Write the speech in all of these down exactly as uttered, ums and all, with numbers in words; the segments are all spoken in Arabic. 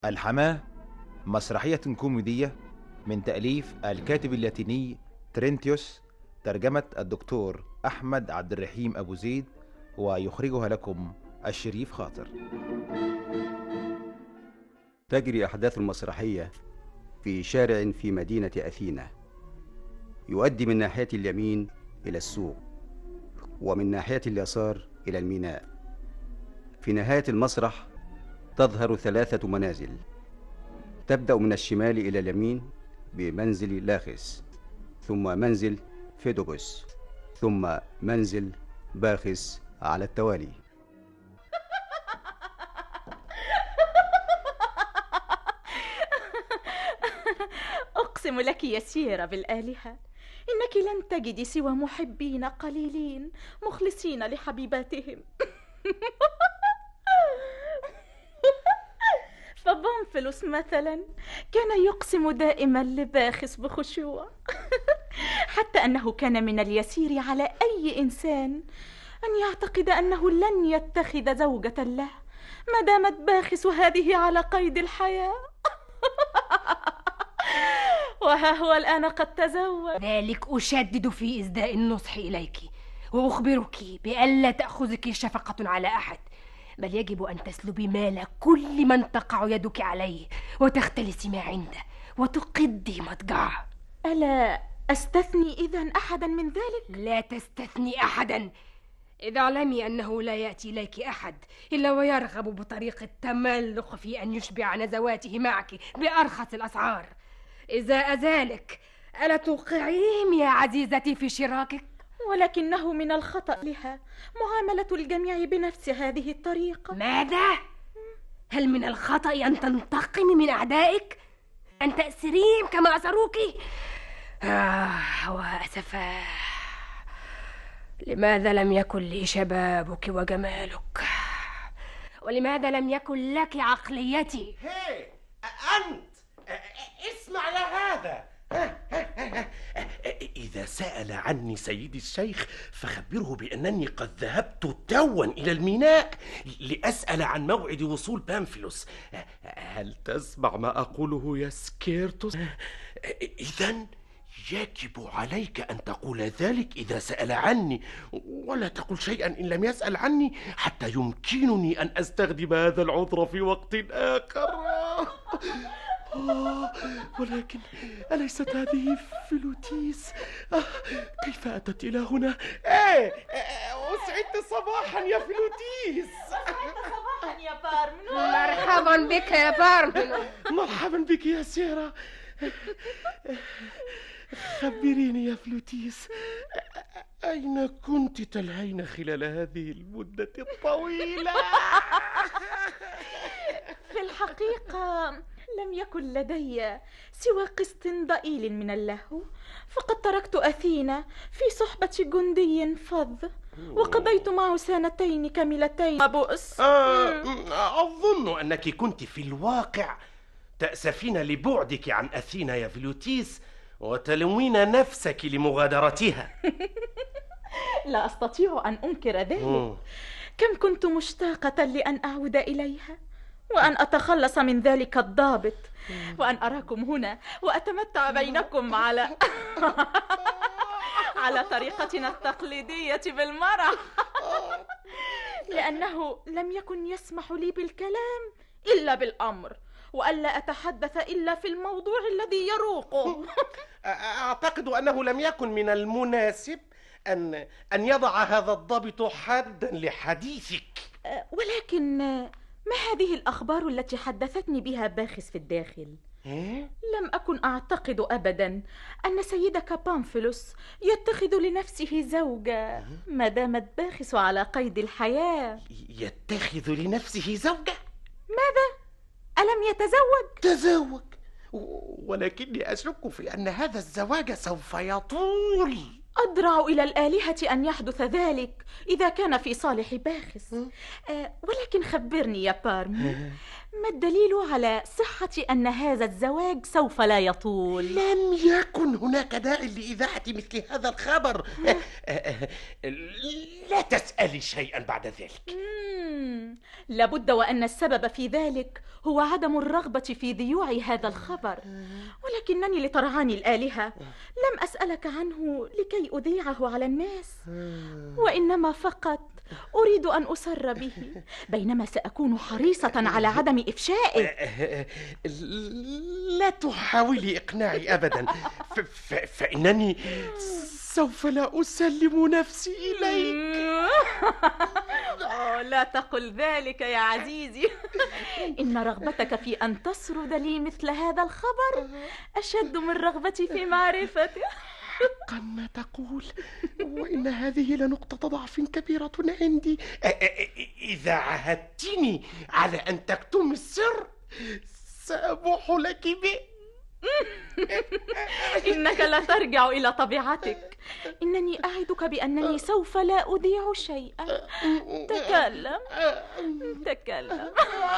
الحماة مسرحية كوميدية من تأليف الكاتب اللاتيني ترينتيوس، ترجمة الدكتور أحمد عبد الرحيم أبو زيد، ويخرجها لكم الشريف خاطر. تجري أحداث المسرحية في شارع في مدينة أثينا، يؤدي من ناحية اليمين إلى السوق، ومن ناحية اليسار إلى الميناء. في نهاية المسرح تظهر ثلاثة منازل، تبدأ من الشمال إلى اليمين بمنزل لاخس، ثم منزل فيدوبوس، ثم منزل باخس على التوالي. أقسم لك يا سيرة بالآلهة إنك لن تجدي سوى محبين قليلين مخلصين لحبيباتهم. فبنفلوس مثلا كان يقسم دائما لباخس بخشوع، حتى أنه كان من اليسير على أي إنسان أن يعتقد أنه لن يتخذ زوجة له ما دامت باخس هذه على قيد الحياة. وها هو الآن قد تزوج. ذلك أشدد في إسداء النصح إليك، وأخبرك بألا تأخذك شفقة على أحد، بل يجب أن تسلبي مال كل من تقع يدك عليه، وتختلسي ما عنده، وتقضي مضجعه. ألا أستثني إذن أحدا من ذلك؟ لا تستثني أحدا. إذا علمي أنه لا يأتي إليك أحد إلا ويرغب بطريق التملق في أن يشبع نزواته معك بأرخص الأسعار، إذا ذلك ألا توقعيهم يا عزيزتي في شراكك؟ ولكنه من الخطأ لها معاملة الجميع بنفس هذه الطريقة. ماذا؟ هل من الخطأ أن تنتقمي من أعدائك؟ أن تأسريهم كما أسروك؟ آه وأسفا، لماذا لم يكن لي شبابك وجمالك؟ ولماذا لم يكن لك عقليتي؟ هي أنت اسمع لهذا. إذا سأل عني سيدي الشيخ فخبره بأنني قد ذهبت توا إلى الميناء لأسأل عن موعد وصول بامفيلوس. هل تسمع ما أقوله يا سكيرتوس؟ إذن يجب عليك أن تقول ذلك إذا سأل عني، ولا تقل شيئا إن لم يسأل عني، حتى يمكنني أن أستخدم هذا العذر في وقت آخر. آه، ولكن أليست هذه فلوتيس؟ آه، كيف أتت إلى هنا؟ إيه، أسعدت صباحا يا فلوتيس. أسعدت صباحا يا بارمنو. مرحبا بك يا بارمنو. مرحبا بك يا سيرة. خبريني يا فلوتيس، أين كنت تلهين خلال هذه المدة الطويلة؟ في الحقيقة لم يكن لدي سوى قسط ضئيل من اللهو، فقد تركت أثينا في صحبة جندي فظ، وقضيت معه سنتين كاملتين بؤس. آه، أظن أنك كنت في الواقع تأسفين لبعدك عن أثينا يا فلوتيس، وتلوين نفسك لمغادرتها. لا أستطيع أن أنكر ذلك. كم كنت مشتاقة لأن أعود إليها، وأن أتخلص من ذلك الضابط، وأن أراكم هنا وأتمتع بينكم على على طريقتنا التقليدية بالمرح. لأنه لم يكن يسمح لي بالكلام إلا بالأمر، وألا أتحدث إلا في الموضوع الذي يروقه. أعتقد أنه لم يكن من المناسب أن أن يضع هذا الضابط حدا لحديثك. ولكن ما هذه الأخبار التي حدثتني بها باخس في الداخل؟ لم أكن أعتقد أبدا أن سيدك بامفيلوس يتخذ لنفسه زوجة ما دامت باخس على قيد الحياة. يتخذ لنفسه زوجة؟ ماذا؟ ألم يتزوج؟ تزوج، ولكني أشك في أن هذا الزواج سوف يطول. أضرع إلى الآلهة أن يحدث ذلك إذا كان في صالح باخس. أه ولكن خبرني يا بارمي، ما الدليل على صحة أن هذا الزواج سوف لا يطول؟ لم يكن هناك داع لإذاعة مثل هذا الخبر. لا تسألي شيئا بعد ذلك. مم. لابد وأن السبب في ذلك هو عدم الرغبة في ذيوع هذا الخبر، ولكنني لطرعان الآلهة لم أسألك عنه لكي أذيعه على الناس، وإنما فقط أريد أن أسر به، بينما سأكون حريصة على عدم إفشائه. لا تحاولي إقناعي أبدا، ف- ف- فإنني سوف لا أسلم نفسي إليك. أوه، لا تقل ذلك يا عزيزي. إن رغبتك في أن تسرد لي مثل هذا الخبر أشد من رغبتي في معرفته. حقا ما تقول، وإن هذه لنقطة ضعف كبيرة عندي. أ- أ- إذا عهدتني على أن تكتم السر سأبوح لك به. إنك لا ترجع إلى طبيعتك. إنني أعدك بأنني سوف لا أذيع شيئا. تكلم تكلم.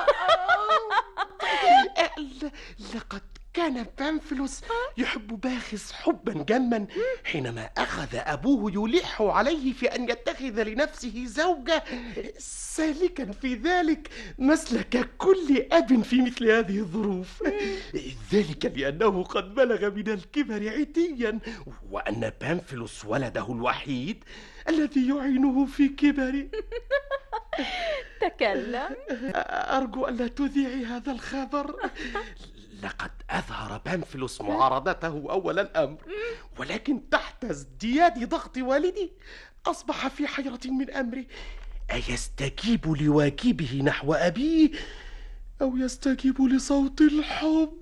لقد كان بامفلوس يحب باخس حبا جما حينما أخذ أبوه يلح عليه في أن يتخذ لنفسه زوجة، سالكا في ذلك مسلك كل أب في مثل هذه الظروف. ذلك لأنه قد بلغ من الكبر عتيا، وأن بامفلوس ولده الوحيد الذي يعينه في كبره. تكلم. أرجو ألا تذيعي هذا الخبر. لقد أظهر بامفلوس معارضته أول الأمر، ولكن تحت ازدياد ضغط والدي أصبح في حيرة من أمره، أيستجيب لواجبه نحو أبيه أو يستجيب لصوت الحب؟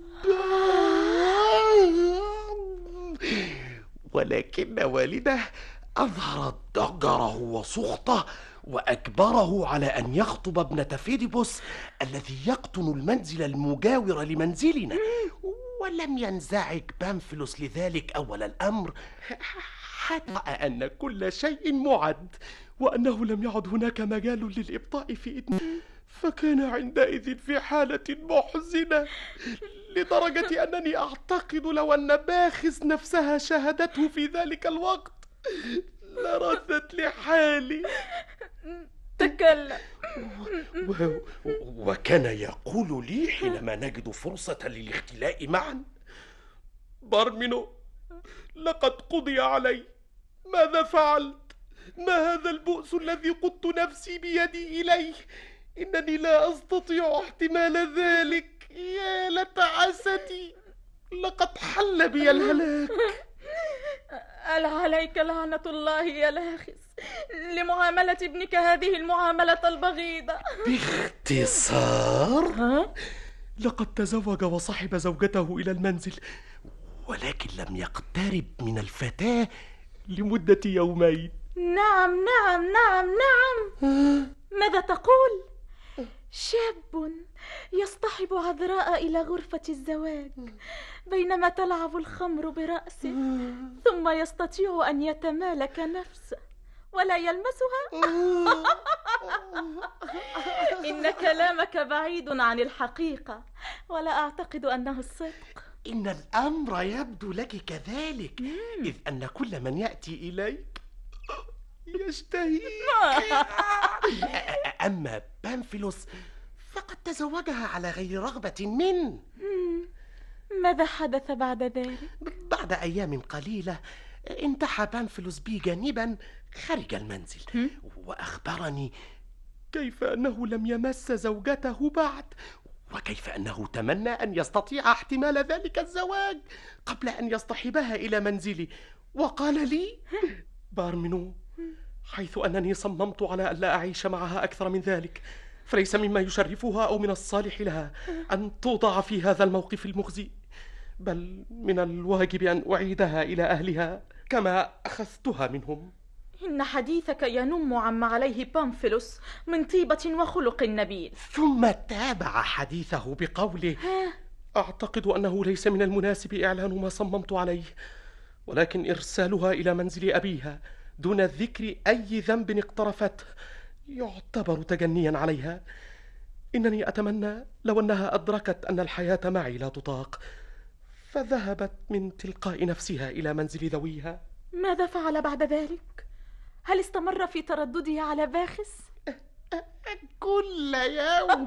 ولكن والده أظهر ضجره وسخطه، وأجبره على أن يخطب ابنة فيديبوس الذي يقطن المنزل المجاور لمنزلنا. ولم ينزعج بامفلوس لذلك أول الأمر، حتى أن كل شيء معد وأنه لم يعد هناك مجال للإبطاء في إذنه، فكان عندئذ في حالة محزنة لدرجة أنني أعتقد لو أن باخس نفسها شاهدته في ذلك الوقت لردت لحالي. تكلم. و... و... وكان يقول لي حينما نجد فرصة للاختلاء معا: بارمينو، لقد قضي علي، ماذا فعلت؟ ما هذا البؤس الذي قدت نفسي بيدي إليه؟ إنني لا أستطيع احتمال ذلك، يا لتعاستي، لقد حل بي الهلاك. ألا عليك لعنة الله يا لاخس لمعاملة ابنك هذه المعاملة البغيضة. باختصار، ها؟ لقد تزوج وصحب زوجته إلى المنزل، ولكن لم يقترب من الفتاة لمدة يومين. نعم نعم نعم نعم. ماذا تقول؟ شاب يصطحب عذراء إلى غرفة الزواج بينما تلعب الخمر برأسه، ثم يستطيع أن يتمالك نفسه ولا يلمسها. إن كلامك بعيد عن الحقيقة، ولا أعتقد أنه الصدق. إن الأمر يبدو لك كذلك، إذ أن كل من يأتي إليك يشتهيك. أما بامفلوس فقد تزوجها على غير رغبة منه. ماذا حدث بعد ذلك؟ بعد أيام قليلة انتحى بامفلوس بي جانبا خارج المنزل، وأخبرني كيف أنه لم يمس زوجته بعد، وكيف أنه تمنى أن يستطيع احتمال ذلك الزواج قبل أن يصطحبها إلى منزلي، وقال لي: بارمينو، حيث أنني صممت على أن لا أعيش معها أكثر من ذلك، فليس مما يشرفها أو من الصالح لها أن توضع في هذا الموقف المخزي، بل من الواجب أن أعيدها إلى أهلها كما أخذتها منهم. إن حديثك ينم عما عليه بامفلوس من طيبة وخلق نبيل. ثم تابع حديثه بقوله: أعتقد أنه ليس من المناسب إعلان ما صممت عليه، ولكن إرسالها إلى منزل أبيها دون ذكر أي ذنب اقترفته يعتبر تجنيا عليها، إنني أتمنى لو أنها أدركت أن الحياة معي لا تطاق، فذهبت من تلقاء نفسها إلى منزل ذويها. ماذا فعل بعد ذلك؟ هل استمر في تردده على باخس؟ كل يوم.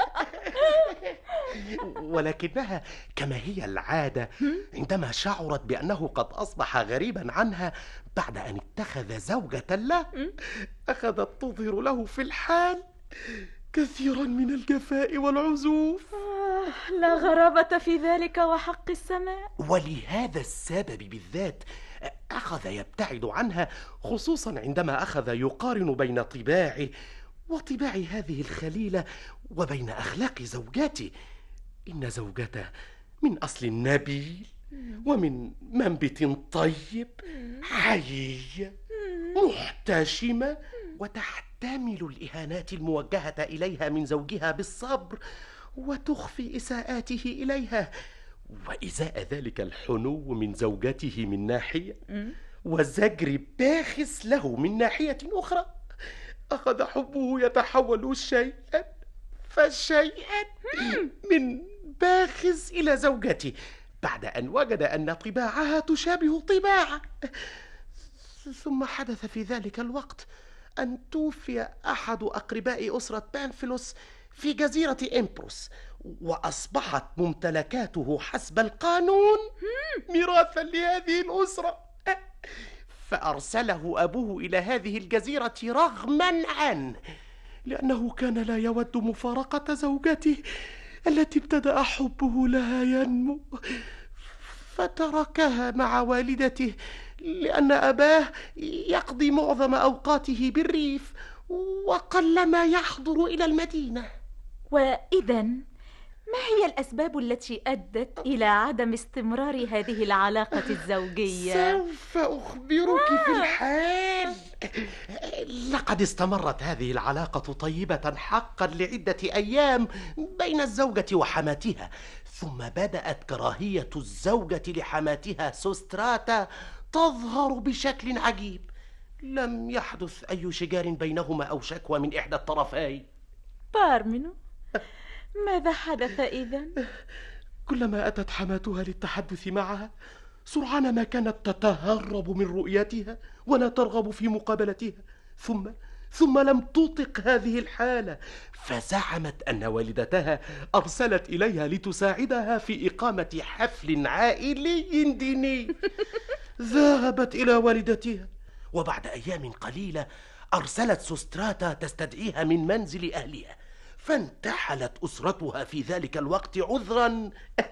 ولكنها كما هي العادة عندما شعرت بأنه قد أصبح غريبا عنها بعد أن اتخذ زوجة له، أخذت تظهر له في الحال كثيرا من الجفاء والعزوف. آه، لا غرابة في ذلك وحق السماء. ولهذا السبب بالذات أخذ يبتعد عنها، خصوصا عندما أخذ يقارن بين طباعه وطباع هذه الخليلة وبين أخلاق زوجاته. إن زوجته من أصل نبيل ومن منبت طيب، حيية محتشمة، وتحتمل الإهانات الموجهة إليها من زوجها بالصبر، وتخفي إساءاته إليها. وإزاء ذلك الحنو من زوجته من ناحية، وزجر باخس له من ناحية أخرى، أخذ حبه يتحول شيئا فشيئا من باخس إلى زوجته، بعد أن وجد أن طباعها تشابه طباعه. ثم حدث في ذلك الوقت أن توفي أحد أقرباء أسرة بانفيلوس في جزيرة إمبروس، وأصبحت ممتلكاته حسب القانون ميراثا لهذه الأسرة. فأرسله أبوه إلى هذه الجزيرة رغما عنه، لأنه كان لا يود مفارقة زوجته التي ابتدأ حبه لها ينمو، فتركها مع والدته لأن أباه يقضي معظم أوقاته بالريف وقلما يحضر إلى المدينة. وإذن ما هي الأسباب التي أدت إلى عدم استمرار هذه العلاقة الزوجية؟ سوف أخبرك في الحال. لقد استمرت هذه العلاقة طيبة حقا لعدة أيام بين الزوجة وحماتها، ثم بدأت كراهية الزوجة لحماتها سوستراتا تظهر بشكل عجيب. لم يحدث أي شجار بينهما أو شكوى من إحدى الطرفين. بارمينو، ماذا حدث إذن؟ كلما أتت حماتها للتحدث معها، سرعان ما كانت تتهرب من رؤيتها ولا ترغب في مقابلتها. ثم ثم لم تطق هذه الحالة، فزعمت أن والدتها أرسلت إليها لتساعدها في إقامة حفل عائلي ديني. ذهبت إلى والدتها، وبعد أيام قليلة أرسلت سوستراتا تستدعيها من منزل أهلها، فانتحلت أسرتها في ذلك الوقت عذرا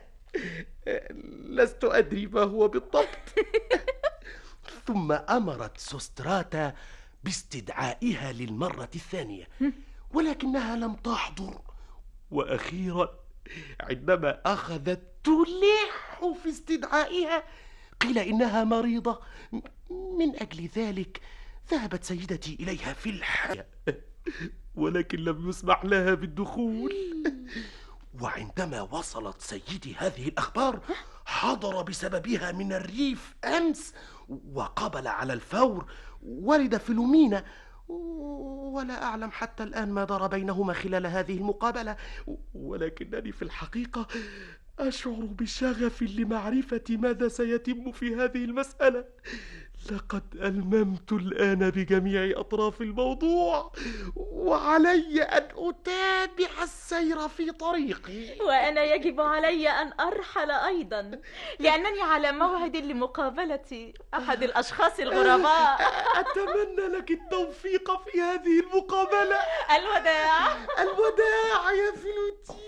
لست أدري ما هو بالضبط. ثم أمرت سوستراتا باستدعائها للمرة الثانية، ولكنها لم تحضر. وأخيرا عندما أخذت تلح في استدعائها قيل إنها مريضة. من أجل ذلك ذهبت سيدتي إليها في الحياة، ولكن لم يسمح لها بالدخول. وعندما وصلت سيدي هذه الأخبار حضر بسببها من الريف أمس، وقابل على الفور والد فيلومينا، ولا أعلم حتى الآن ما دار بينهما خلال هذه المقابلة. ولكنني في الحقيقة أشعر بشغف لمعرفة ماذا سيتم في هذه المسألة. لقد ألممت الآن بجميع أطراف الموضوع، وعلي أن أتابع السير في طريقي. وأنا يجب علي أن أرحل أيضا، لأنني على موعد لمقابلة أحد الأشخاص الغرباء. أتمنى لك التوفيق في هذه المقابلة. الوداع. الوداع يا فلوتي.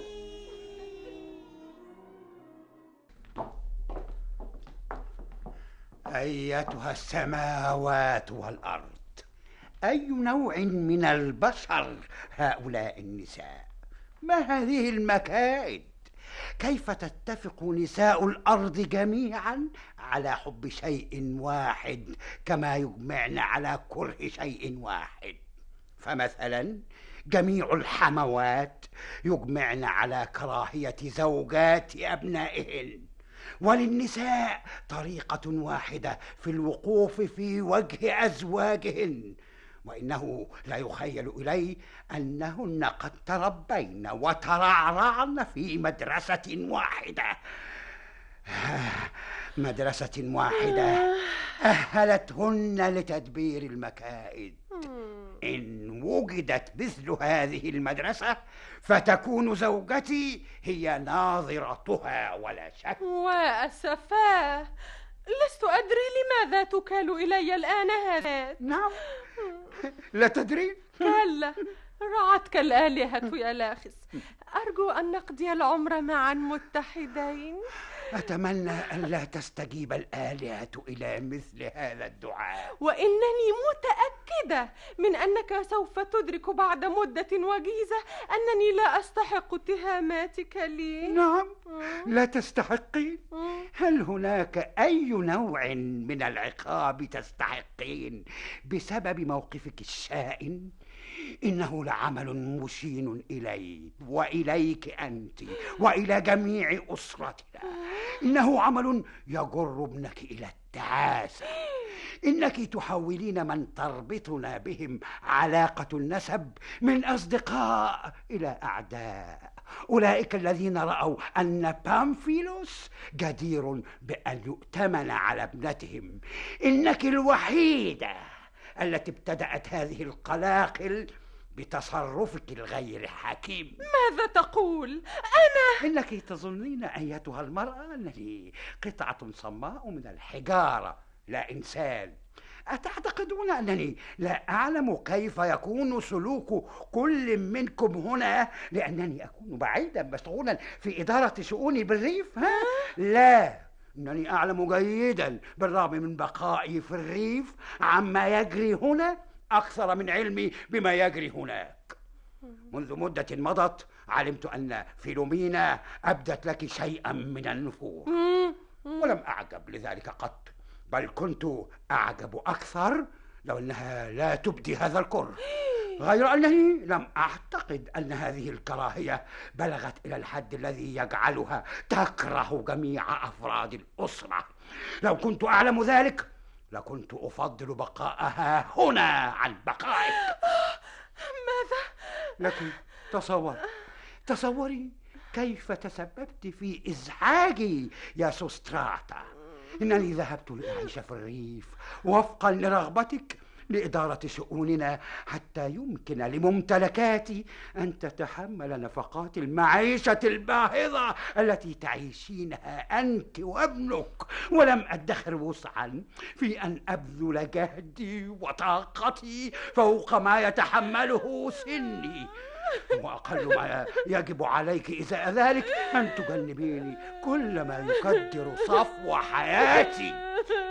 أيتها السماوات والأرض، أي نوع من البشر هؤلاء النساء؟ ما هذه المكائد؟ كيف تتفق نساء الأرض جميعا على حب شيء واحد كما يجمعن على كره شيء واحد؟ فمثلا جميع الحموات يجمعن على كراهية زوجات أبنائهن، وللنساء طريقة واحدة في الوقوف في وجه أزواجهن، وإنه لا يخيل إلي أنهن قد تربين وترعرعن في مدرسة واحدة، مدرسة واحدة أهلتهن لتدبير المكائد. إن وجدت مثل هذه المدرسة فتكون زوجتي هي ناظرتها ولا شك. وأسفاه، لست أدري لماذا تكال إلي الآن هذا. نعم، لا تدري؟ كلا، رعتك الآلهة يا لاخس. أرجو أن نقضي العمر معا متحدين. أتمنى أن لا تستجيب الآلهة إلى مثل هذا الدعاء، وإنني متأكدة من أنك سوف تدرك بعد مدة وجيزة أنني لا أستحق اتهاماتك لي. نعم، لا تستحقين. هل هناك أي نوع من العقاب تستحقين بسبب موقفك الشائن؟ إنه لعمل مشين إلي وإليك أنت وإلى جميع أسرتنا. إنه عمل يجر ابنك إلى التعاسة. إنك تحولين من تربطنا بهم علاقة النسب من أصدقاء إلى أعداء، أولئك الذين رأوا أن بامفيلوس جدير بأن يؤتمن على ابنتهم. إنك الوحيدة التي ابتدأت هذه القلاقل بتصرفك الغير حكيم. ماذا تقول؟ أنا؟ إنك تظنين أيتها المرأة أنني قطعة صماء من الحجارة لا إنسان. أتعتقدون أنني لا أعلم كيف يكون سلوك كل منكم هنا لأنني أكون بعيدا مشغولا في إدارة شؤوني بالريف؟ ها؟ لا، إنني أعلم جيدا بالرغم من بقائي في الريف عما يجري هنا أكثر من علمي بما يجري هناك. منذ مدة مضت علمت أن فيلومينا أبدت لك شيئا من النفور، ولم أعجب لذلك قط، بل كنت أعجب أكثر لو أنها لا تبدي هذا الكره، غير أنني لم أعتقد أن هذه الكراهية بلغت إلى الحد الذي يجعلها تكره جميع أفراد الأسرة. لو كنت أعلم ذلك لكنت أفضل بقاءها هنا عن بقائك. ماذا؟ لكن تصور تصوري كيف تسببت في إزعاجي يا سوستراتا. إنني ذهبت لأعيش في الريف وفقا لرغبتك لإدارة شؤوننا حتى يمكن لممتلكاتي أن تتحمل نفقات المعيشة الباهظة التي تعيشينها أنت وابنك، ولم أدخر وسعا في أن أبذل جهدي وطاقتي فوق ما يتحمله سني. وأقل ما يجب عليك إزاء ذلك أن تجنبيني كل ما يكدر صفو حياتي.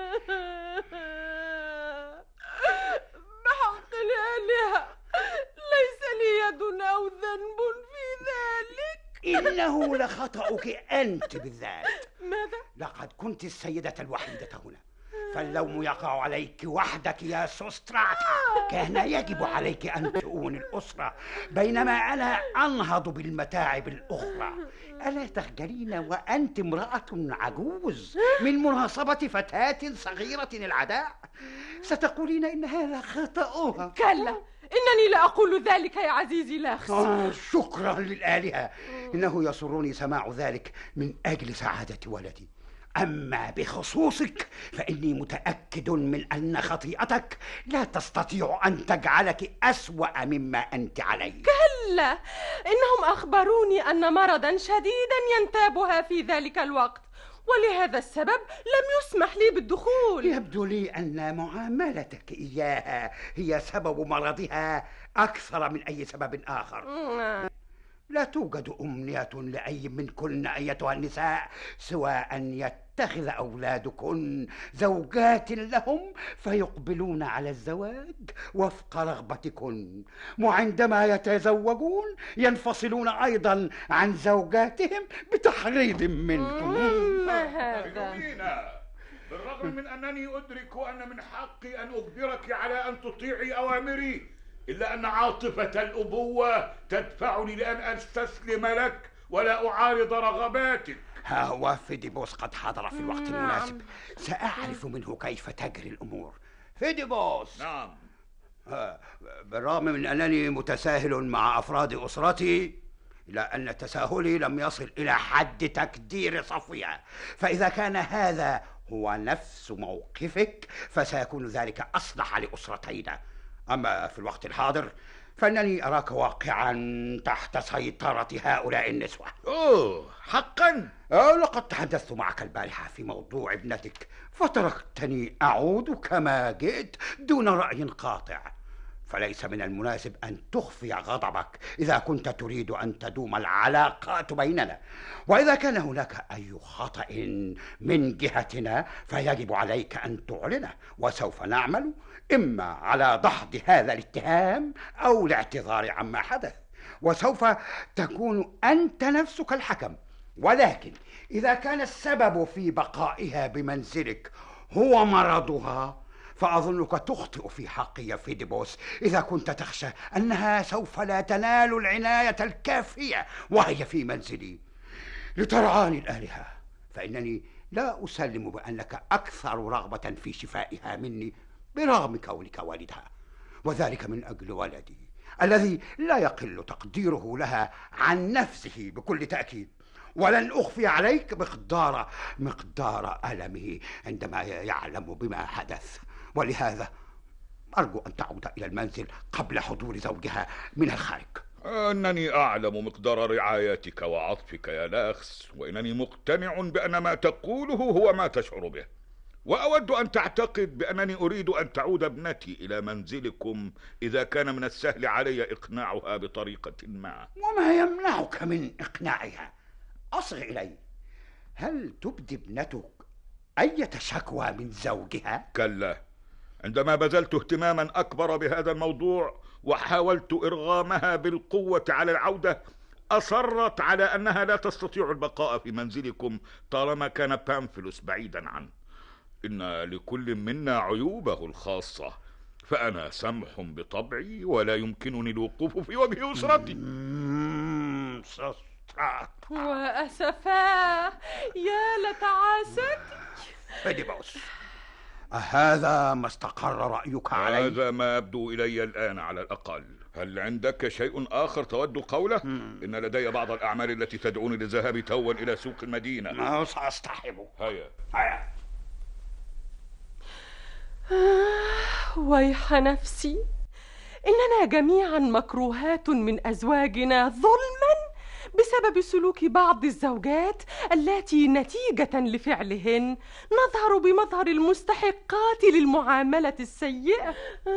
بحق الآلهة، ليس لي يد أو ذنب في ذلك. إنه لخطأك أنت بالذات. ماذا؟ لقد كنت السيدة الوحيدة هنا، فاللوم يقع عليك وحدك يا سوستراتا. كان يجب عليك أن تؤون الأسرة بينما أنا أنهض بالمتاعب الأخرى. ألا تخجلين وأنت امرأة عجوز من مناصبة فتاة صغيرة العداء؟ ستقولين إن هذا خطأها. كلا، إنني لا أقول ذلك يا عزيزي لاخس. آه شكرا للآلهة، إنه يسرني سماع ذلك من أجل سعادة ولدي. أما بخصوصك فإني متأكد من أن خطيئتك لا تستطيع أن تجعلك أسوأ مما أنت عليه. كلا، إنهم أخبروني أن مرضا شديدا ينتابها في ذلك الوقت، ولهذا السبب لم يسمح لي بالدخول. يبدو لي أن معاملتك إياها هي سبب مرضها أكثر من أي سبب آخر. لا توجد أمنية لأي منكن أيتها النساء سوى أن يتخذ أولادكن زوجات لهم فيقبلون على الزواج وفق رغبتكن، وعندما يتزوجون ينفصلون أيضا عن زوجاتهم بتحريض منكم. ما هذا؟ بالرغم من أنني أدرك أن من حقي أن أجبرك على أن تطيعي أوامري، إلا أن عاطفة الأبوة تدفعني لأن أستسلم لك ولا أعارض رغباتك. ها هو فيديبوس قد حضر في الوقت المناسب. سأعرف منه كيف تجري الأمور. فيديبوس. نعم. بالرغم من أنني متساهل مع أفراد أسرتي، إلا أن تساهلي لم يصل إلى حد تكدير صفوة. فإذا كان هذا هو نفس موقفك فسيكون ذلك أصلح لأسرتينا. أما في الوقت الحاضر فإنني أراك واقعا تحت سيطرة هؤلاء النسوة. أوه، حقا؟ أه لقد تحدثت معك البارحة في موضوع ابنتك فتركتني أعود كما جئت دون رأي قاطع. فليس من المناسب أن تخفي غضبك إذا كنت تريد أن تدوم العلاقات بيننا. وإذا كان هناك أي خطأ من جهتنا فيجب عليك أن تعلنه، وسوف نعمل إما على دحض هذا الاتهام أو الاعتذار عما حدث، وسوف تكون أنت نفسك الحكم. ولكن إذا كان السبب في بقائها بمنزلك هو مرضها فأظنك تخطئ في حق يا فيديبوس إذا كنت تخشى أنها سوف لا تنال العناية الكافية وهي في منزلي. لترعاني الآلهة فإنني لا أسلم بأنك أكثر رغبة في شفائها مني برغم كونك والدها، وذلك من أجل ولدي الذي لا يقل تقديره لها عن نفسه بكل تأكيد. ولن أخفي عليك مقدار مقدار ألمه عندما يعلم بما حدث، ولهذا أرجو أن تعود إلى المنزل قبل حضور زوجها من الخارج. أنني أعلم مقدار رعايتك وعطفك يا لاخس، وإنني مقتنع بأن ما تقوله هو ما تشعر به، وأود أن تعتقد بأنني أريد أن تعود ابنتي إلى منزلكم إذا كان من السهل علي إقناعها بطريقة ما. وما يمنعك من إقناعها؟ أصغ إلي، هل تبدي ابنتك أي شكوى من زوجها؟ كلا، عندما بذلت اهتماما أكبر بهذا الموضوع وحاولت إرغامها بالقوة على العودة أصرت على أنها لا تستطيع البقاء في منزلكم طالما كان بامفيلوس بعيدا عنه. إن لكل منا عيوبه الخاصة، فأنا سمح بطبعي ولا يمكنني الوقوف في وجه أسرتي. وأسفاه يا لتعاستي. فيديبوس، أهذا ما استقر رأيك عليه؟ هذا ما يبدو إلي الآن على الأقل. هل عندك شيء آخر تود قوله؟ مم. إن لدي بعض الأعمال التي تدعوني للذهاب توا إلى سوق المدينة. ما سأصطحب. هيا هيا. آه ويح نفسي، إننا جميعا مكروهات من أزواجنا ظلما بسبب سلوك بعض الزوجات التي نتيجة لفعلهن نظهر بمظهر المستحقات للمعاملة السيئة.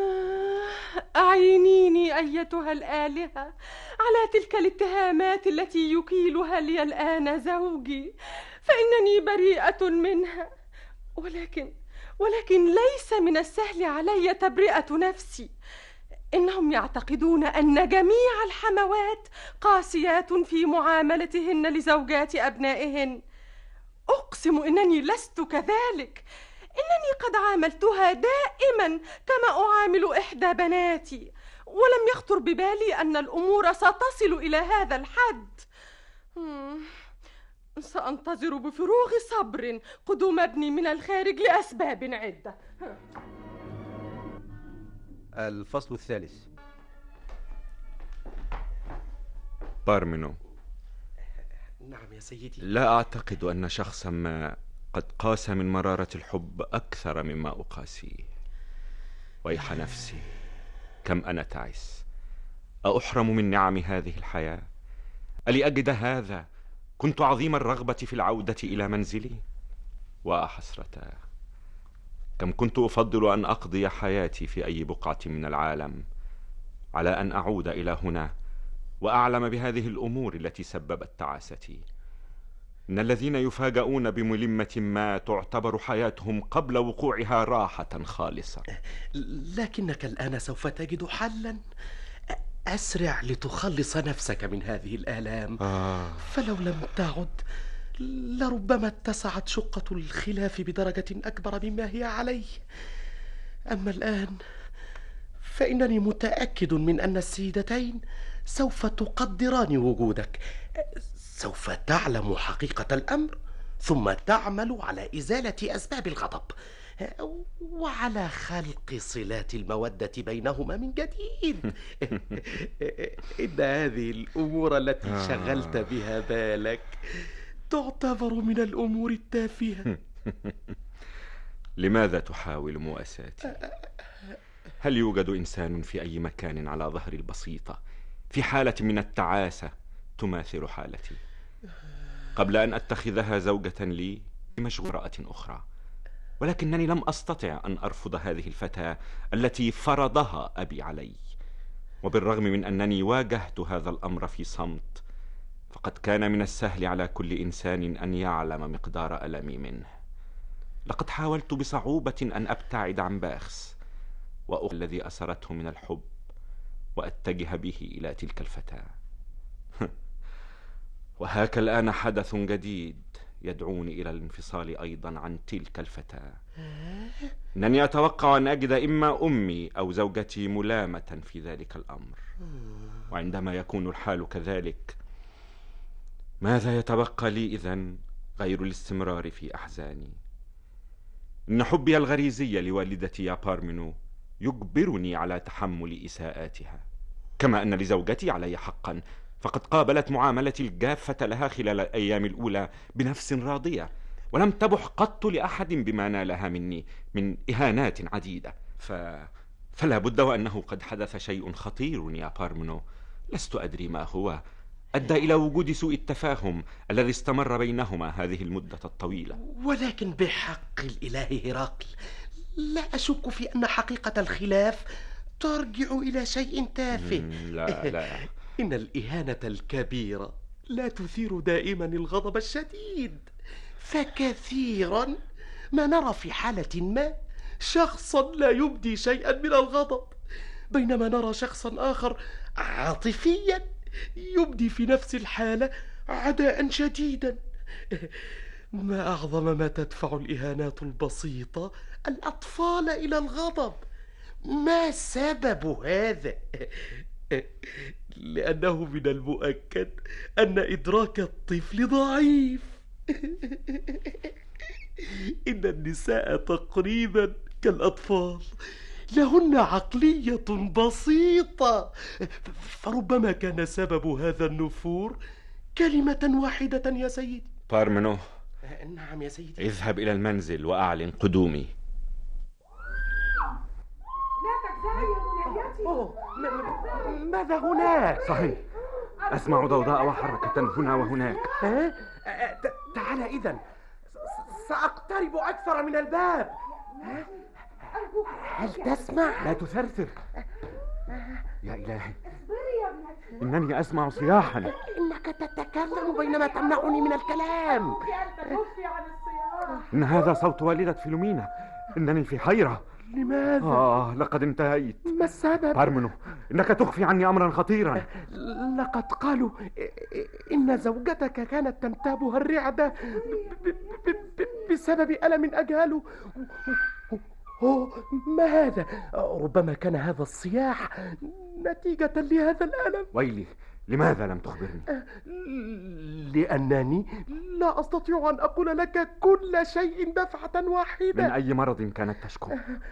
أعينيني أيتها الآلهة على تلك الاتهامات التي يكيلها لي الآن زوجي، فإنني بريئة منها، ولكن ولكن ليس من السهل علي تبرئة نفسي. إنهم يعتقدون أن جميع الحموات قاسيات في معاملتهن لزوجات أبنائهن. أقسم إنني لست كذلك، إنني قد عاملتها دائما كما أعامل إحدى بناتي، ولم يخطر ببالي أن الأمور ستصل إلى هذا الحد. سأنتظر بفروغ صبر قدوم ابني من الخارج لأسباب عدة. الفصل الثالث. بارمينو. نعم يا سيدي. لا أعتقد أن شخصا ما قد قاس من مرارة الحب أكثر مما أقاسيه. ويح نفسي، كم أنا تعس، أحرم من نعم هذه الحياة. ألأجد هذا كنت عظيم الرغبة في العودة إلى منزلي؟ وأحسرتا، كم كنت أفضل أن أقضي حياتي في أي بقعة من العالم على أن أعود إلى هنا وأعلم بهذه الأمور التي سببت تعاستي. إن الذين يفاجؤون بملمة ما تعتبر حياتهم قبل وقوعها راحة خالصة. لكنك الآن سوف تجد حلا. أسرع لتخلص نفسك من هذه الآلام. آه. فلو لم تعد لربما اتسعت شقة الخلاف بدرجة أكبر مما هي عليه. أما الآن فإنني متأكد من أن السيدتين سوف تقدران وجودك. سوف تعلم حقيقة الأمر ثم تعمل على إزالة أسباب الغضب. وعلى خلق صلات المودة بينهما من جديد. إن هذه الأمور التي شغلت بها بالك تعتبر من الأمور التافهة. لماذا تحاول مواساتي؟ هل يوجد إنسان في أي مكان على ظهر البسيطة في حالة من التعاسة تماثل حالتي؟ قبل أن أتخذها زوجة لي مشغولة أخرى، ولكنني لم أستطع أن أرفض هذه الفتاة التي فرضها أبي علي. وبالرغم من أنني واجهت هذا الأمر في صمت، فقد كان من السهل على كل إنسان أن يعلم مقدار ألمي منه. لقد حاولت بصعوبة أن أبتعد عن باخس وأخ الذي أسرته من الحب وأتجه به إلى تلك الفتاة. وهاك الآن حدث جديد يدعوني إلى الانفصال أيضا عن تلك الفتاة. إنني أتوقع أن أجد إما أمي أو زوجتي ملامة في ذلك الأمر، وعندما يكون الحال كذلك ماذا يتبقى لي إذن غير الاستمرار في أحزاني؟ إن حبي الغريزي لوالدتي يا بارمينو يجبرني على تحمل إساءاتها، كما أن لزوجتي علي حقا، فقد قابلت معاملتي الجافة لها خلال الأيام الأولى بنفس راضية، ولم تبح قط لأحد بما نالها مني من إهانات عديدة. ف... فلا بد وأنه قد حدث شيء خطير يا بارمينو، لست أدري ما هو، أدى إلى وجود سوء التفاهم الذي استمر بينهما هذه المدة الطويلة. ولكن بحق الإله هرقل لا أشك في أن حقيقة الخلاف ترجع إلى شيء تافه. لا لا إن الإهانة الكبيرة لا تثير دائما الغضب الشديد، فكثيرا ما نرى في حالة ما شخصا لا يبدي شيئا من الغضب، بينما نرى شخصا آخر عاطفيا يبدي في نفس الحالة عداء شديدا. ما أعظم ما تدفع الإهانات البسيطة الأطفال إلى الغضب. ما سبب هذا؟ لأنه من المؤكد أن إدراك الطفل ضعيف. إن النساء تقريبا كالأطفال، لهن عقلية بسيطة، فربما كان سبب هذا النفور كلمة واحدة يا سيدي. بارمينو. نعم يا سيدي. اذهب إلى المنزل وأعلن قدومي. أوه، ماذا هناك؟ صحيح، أسمع ضوضاء وحركة هنا وهناك. أه؟ تعال إذن، سأقترب أكثر من الباب. هل تسمع؟ لا تثرثر يا إلهي، إنني أسمع صياحا. إنك تتكلم بينما تمنعني من الكلام. إن هذا صوت والدة فيلومينا. إنني في حيرة. لماذا؟ آه لقد انتهيت. ما السبب؟ بارمينو، إنك تخفي عني أمرا خطيرا. لقد قالوا إن زوجتك كانت تنتابها الرعدة بسبب ألم أجهله. أوه، ما هذا؟ ربما كان هذا الصياح نتيجة لهذا الألم. ويلي، لماذا لم تخبرني؟ لأنني لا أستطيع أن أقول لك كل شيء دفعة واحدة. من أي مرض كانت تشكو؟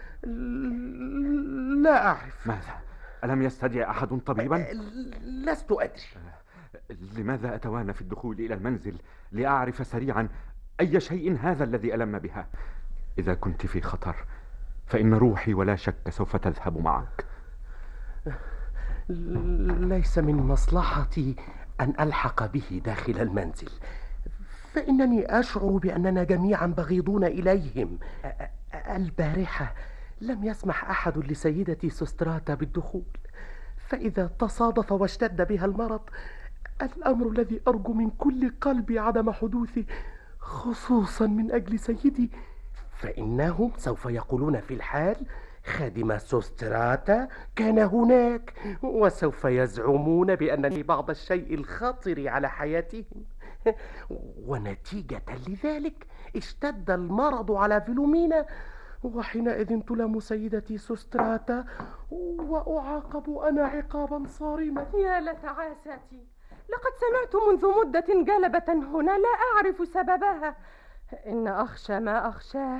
لا أعرف. ماذا؟ ألم يستدعي أحد طبيبا؟ لست أدري. لماذا أتوانى في الدخول إلى المنزل لأعرف سريعا أي شيء هذا الذي ألم بها؟ إذا كنت في خطر فإن روحي ولا شك سوف تذهب معك. ليس من مصلحتي أن ألحق به داخل المنزل، فإنني أشعر بأننا جميعا بغيضون إليهم. البارحة لم يسمح أحد لسيدتي سوستراتا بالدخول، فإذا تصادف واشتد بها المرض، الأمر الذي أرجو من كل قلبي عدم حدوثه، خصوصا من أجل سيدي، فإنهم سوف يقولون في الحال خادم سوستراتا كان هناك، وسوف يزعمون بأنني بعض الشيء الخطر على حياتهم. ونتيجة لذلك اشتد المرض على فيلومينا، وحينئذ تلام سيدتي سوستراتا وأعاقب أنا عقابا صارما. يا لتعاستي، لقد سمعت منذ مدة جلبة هنا لا أعرف سببها. إن أخشى ما أخشاه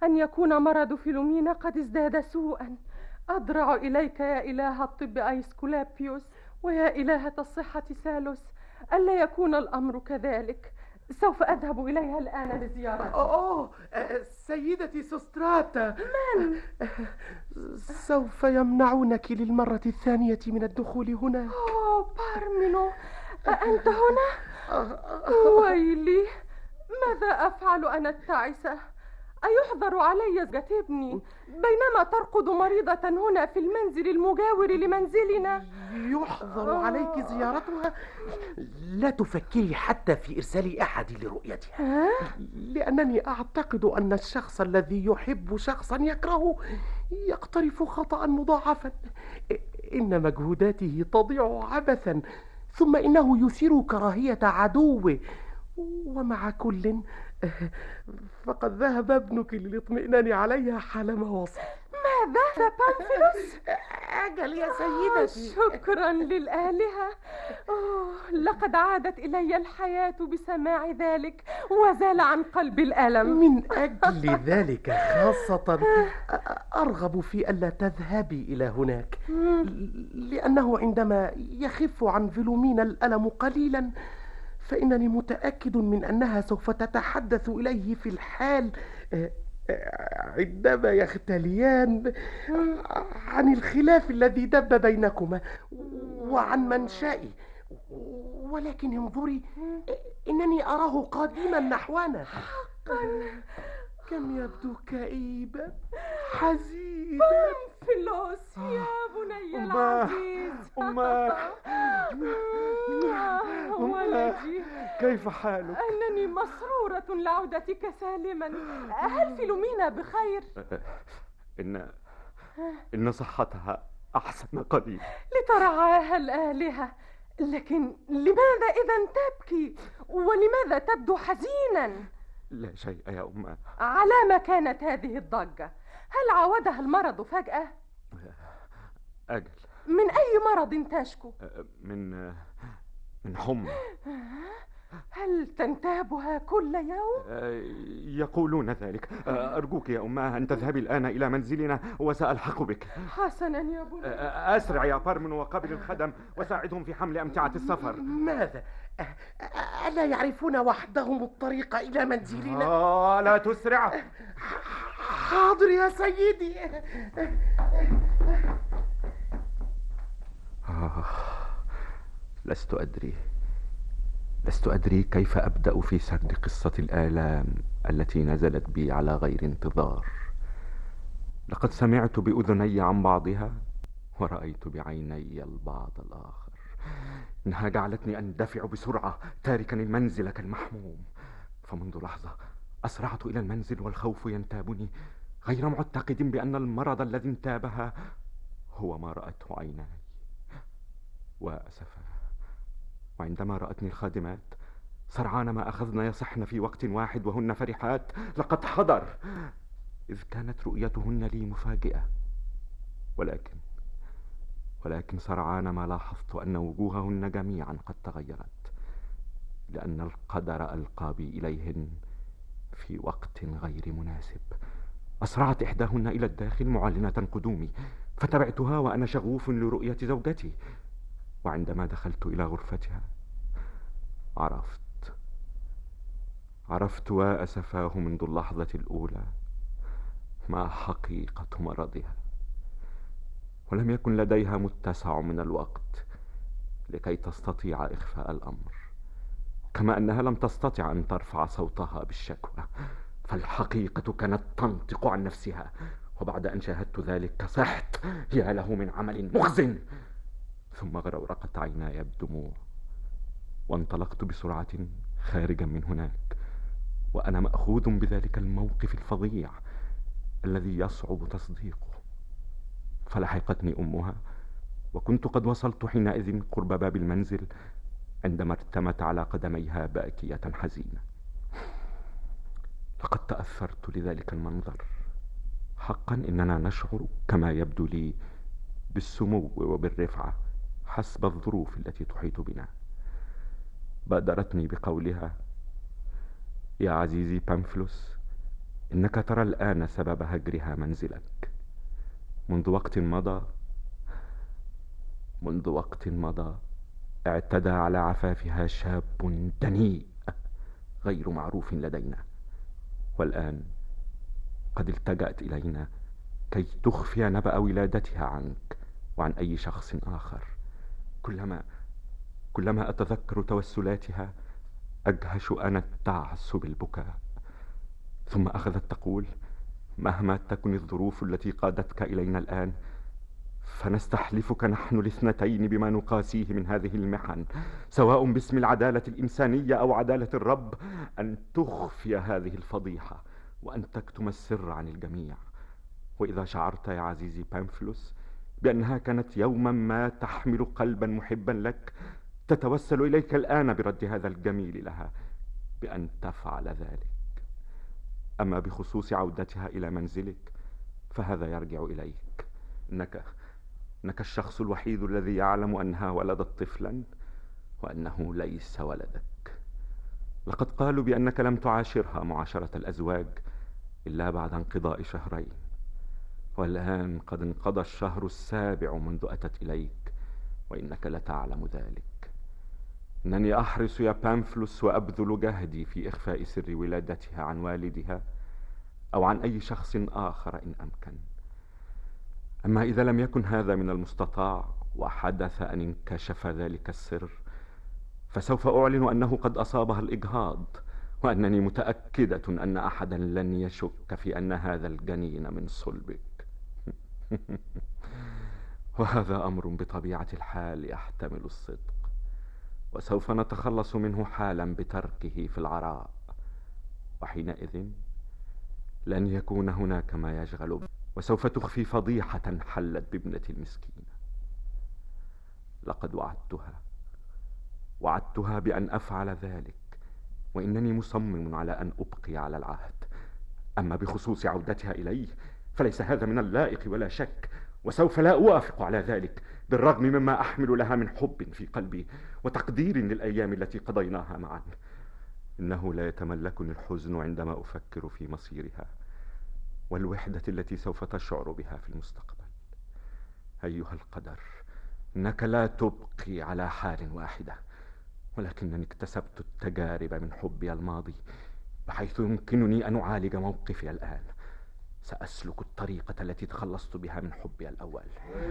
أن يكون مرض فيلومينا قد ازداد سوءا. أضرع إليك يا إله الطب أيسكولابيوس ويا إلهة الصحة سالوس ألا يكون الأمر كذلك. سوف أذهب إليها الآن لزيارتها. أوه سيدتي سوستراتا، من؟ سوف يمنعونك للمرة الثانية من الدخول هنا. أوه بارمينو، أأنت هنا؟ ويلي، ماذا أفعل أنا التعسة؟ أيحظر علي زوجة ابني بينما ترقد مريضة هنا في المنزل المجاور لمنزلنا؟ يحظر عليك زيارتها؟ لا تفكري حتى في إرسال أحد لرؤيتها، لأنني أعتقد أن الشخص الذي يحب شخصا يكرهه يقترف خطأ مضاعفا. إن مجهوداته تضيع عبثا، ثم إنه يثير كراهية عدوه. ومع كل فقد ذهب ابنك للاطمئنان عليها حالما وصل. ماذا بامفيلوس؟ أجل يا سيدتي. شكرا للآلهة. أوه، لقد عادت إلي الحياة بسماع ذلك وزال عن قلبي الألم. من أجل ذلك خاصة أرغب في ألا تذهبي إلى هناك، لأنه عندما يخف عن فيلومينا الألم قليلا فإنني متأكد من أنها سوف تتحدث إليه في الحال عندما يختليان عن الخلاف الذي دب بينكما وعن منشأه. ولكن انظري، إنني أراه قادما نحونا. حقا كم يبدو كئيبا حزينا. بامفيلوس يا بني العزيز. أماه ولدي، كيف حالك؟ أنني مسرورة لعودتك سالما. هل فيلومينا بخير؟ إن إن صحتها أحسن قليلا. لترعاها الآلهة. لكن لماذا إذا تبكي؟ ولماذا تبدو حزينا؟ لا شيء يا أماه. على ما كانت هذه الضجة؟ هل عودها المرض فجأة؟ أجل. من أي مرض تشكو؟ من من حمى. هل تنتابها كل يوم؟ يقولون ذلك. أرجوك يا أماه أن تذهبي الآن إلى منزلنا وسألحق بك. حسنا يا بني. أسرع يا بارمن وقابل الخدم وساعدهم في حمل أمتعة السفر. ماذا؟ ألا يعرفون وحدهم الطريق إلى منزلنا؟ آه لا تسرع. حاضر يا سيدي. آه لست أدري لست أدري كيف أبدأ في سرد قصة الآلام التي نزلت بي على غير انتظار. لقد سمعت بأذني عن بعضها ورأيت بعيني البعض الآخر. إنها جعلتني أندفع بسرعة تاركا المنزل كالمحموم. فمنذ لحظة أسرعت إلى المنزل والخوف ينتابني، غير معتقد بأن المرض الذي انتابها هو ما رأته عيناي. وأسفا، وعندما رأتني الخادمات سرعان ما أخذن يصحن في وقت واحد وهن فرحات لقد حضر، إذ كانت رؤيتهن لي مفاجئة. ولكن ولكن سرعان ما لاحظت أن وجوههن جميعا قد تغيرت، لأن القدر ألقى بي إليهن في وقت غير مناسب. أسرعت إحداهن إلى الداخل معلنة قدومي، فتبعتها وأنا شغوف لرؤية زوجتي. وعندما دخلت إلى غرفتها عرفت عرفت وأسفاه منذ اللحظة الأولى ما حقيقة مرضها، ولم يكن لديها متسع من الوقت لكي تستطيع إخفاء الأمر، كما أنها لم تستطع أن ترفع صوتها بالشكوى، فالحقيقة كانت تنطق عن نفسها. وبعد أن شاهدت ذلك صحت، يا له من عمل مخزن. ثم غرورقت عيناي بدموع، وانطلقت بسرعة خارجا من هناك وأنا مأخوذ بذلك الموقف الفظيع الذي يصعب تصديقه. فلحقتني أمها، وكنت قد وصلت حينئذ قرب باب المنزل عندما ارتمت على قدميها باكية حزينة. لقد تأثرت لذلك المنظر. حقا إننا نشعر كما يبدو لي بالسمو وبالرفعة حسب الظروف التي تحيط بنا. بادرتني بقولها: يا عزيزي بامفيلوس، إنك ترى الآن سبب هجرها منزلك. منذ وقت مضى منذ وقت مضى اعتدى على عفافها شاب دنيء غير معروف لدينا، والآن قد التجأت إلينا كي تخفي نبأ ولادتها عنك وعن أي شخص آخر. كلما كلما أتذكر توسلاتها أجهش أنا التعس بالبكاء. ثم أخذت تقول: مهما تكن الظروف التي قادتك إلينا الآن، فنستحلفك نحن الاثنتين بما نقاسيه من هذه المحن، سواء باسم العدالة الإنسانية أو عدالة الرب، أن تخفي هذه الفضيحة وأن تكتم السر عن الجميع. وإذا شعرت يا عزيزي بامفلوس بأنها كانت يوما ما تحمل قلبا محبا لك، تتوسل إليك الآن برد هذا الجميل لها بأن تفعل ذلك. أما بخصوص عودتها إلى منزلك فهذا يرجع إليك. إنك إنك الشخص الوحيد الذي يعلم أنها ولدت طفلا وأنه ليس ولدك. لقد قالوا بأنك لم تعاشرها معاشرة الأزواج إلا بعد انقضاء شهرين، والآن قد انقضى الشهر السابع منذ أتت إليك، وإنك لتعلم ذلك. إنني أحرص يا بامفلوس وأبذل جهدي في إخفاء سر ولادتها عن والدها أو عن أي شخص آخر إن أمكن. أما إذا لم يكن هذا من المستطاع وحدث أن انكشف ذلك السر، فسوف أعلن أنه قد أصابها الإجهاض، وأنني متأكدة أن أحدا لن يشك في أن هذا الجنين من صلبك. وهذا أمر بطبيعة الحال يحتمل الصدق، وسوف نتخلص منه حالا بتركه في العراء، وحينئذ لن يكون هناك ما يشغل به، وسوف تخفي فضيحة حلت بابنتي المسكينة. لقد وعدتها وعدتها بأن أفعل ذلك، وإنني مصمم على أن أبقي على العهد. أما بخصوص عودتها إلي فليس هذا من اللائق ولا شك، وسوف لا أوافق على ذلك بالرغم مما أحمل لها من حب في قلبي وتقدير للأيام التي قضيناها معا. إنه لا يتملكني الحزن عندما أفكر في مصيرها والوحدة التي سوف تشعر بها في المستقبل. أيها القدر، إنك لا تبقي على حال واحدة، ولكنني اكتسبت التجارب من حبي الماضي بحيث يمكنني أن أعالج موقفي الآن. سأسلك الطريقة التي تخلصت بها من حبي الأول.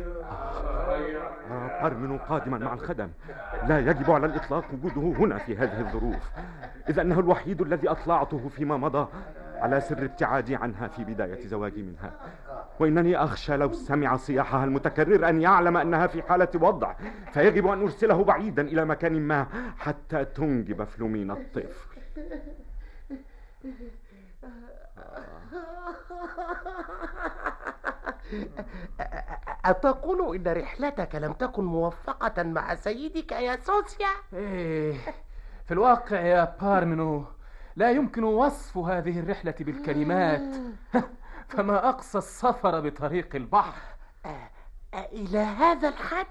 آه أرمن قادما مع الخدم. لا يجب على الإطلاق وجوده هنا في هذه الظروف، إذ أنه الوحيد الذي أطلعته فيما مضى على سر ابتعادي عنها في بداية زواجي منها، وإنني أخشى لو سمع صياحها المتكرر أن يعلم أنها في حالة وضع، فيجب أن أرسله بعيدا إلى مكان ما حتى تنجب فلومينا الطفل. أتقول إن رحلتك لم تكن موفقة مع سيدك يا سوسيا؟ إيه، في الواقع يا بارمينو لا يمكن وصف هذه الرحلة بالكلمات. فما أقصى السفر بطريق البحر. إلى هذا الحد؟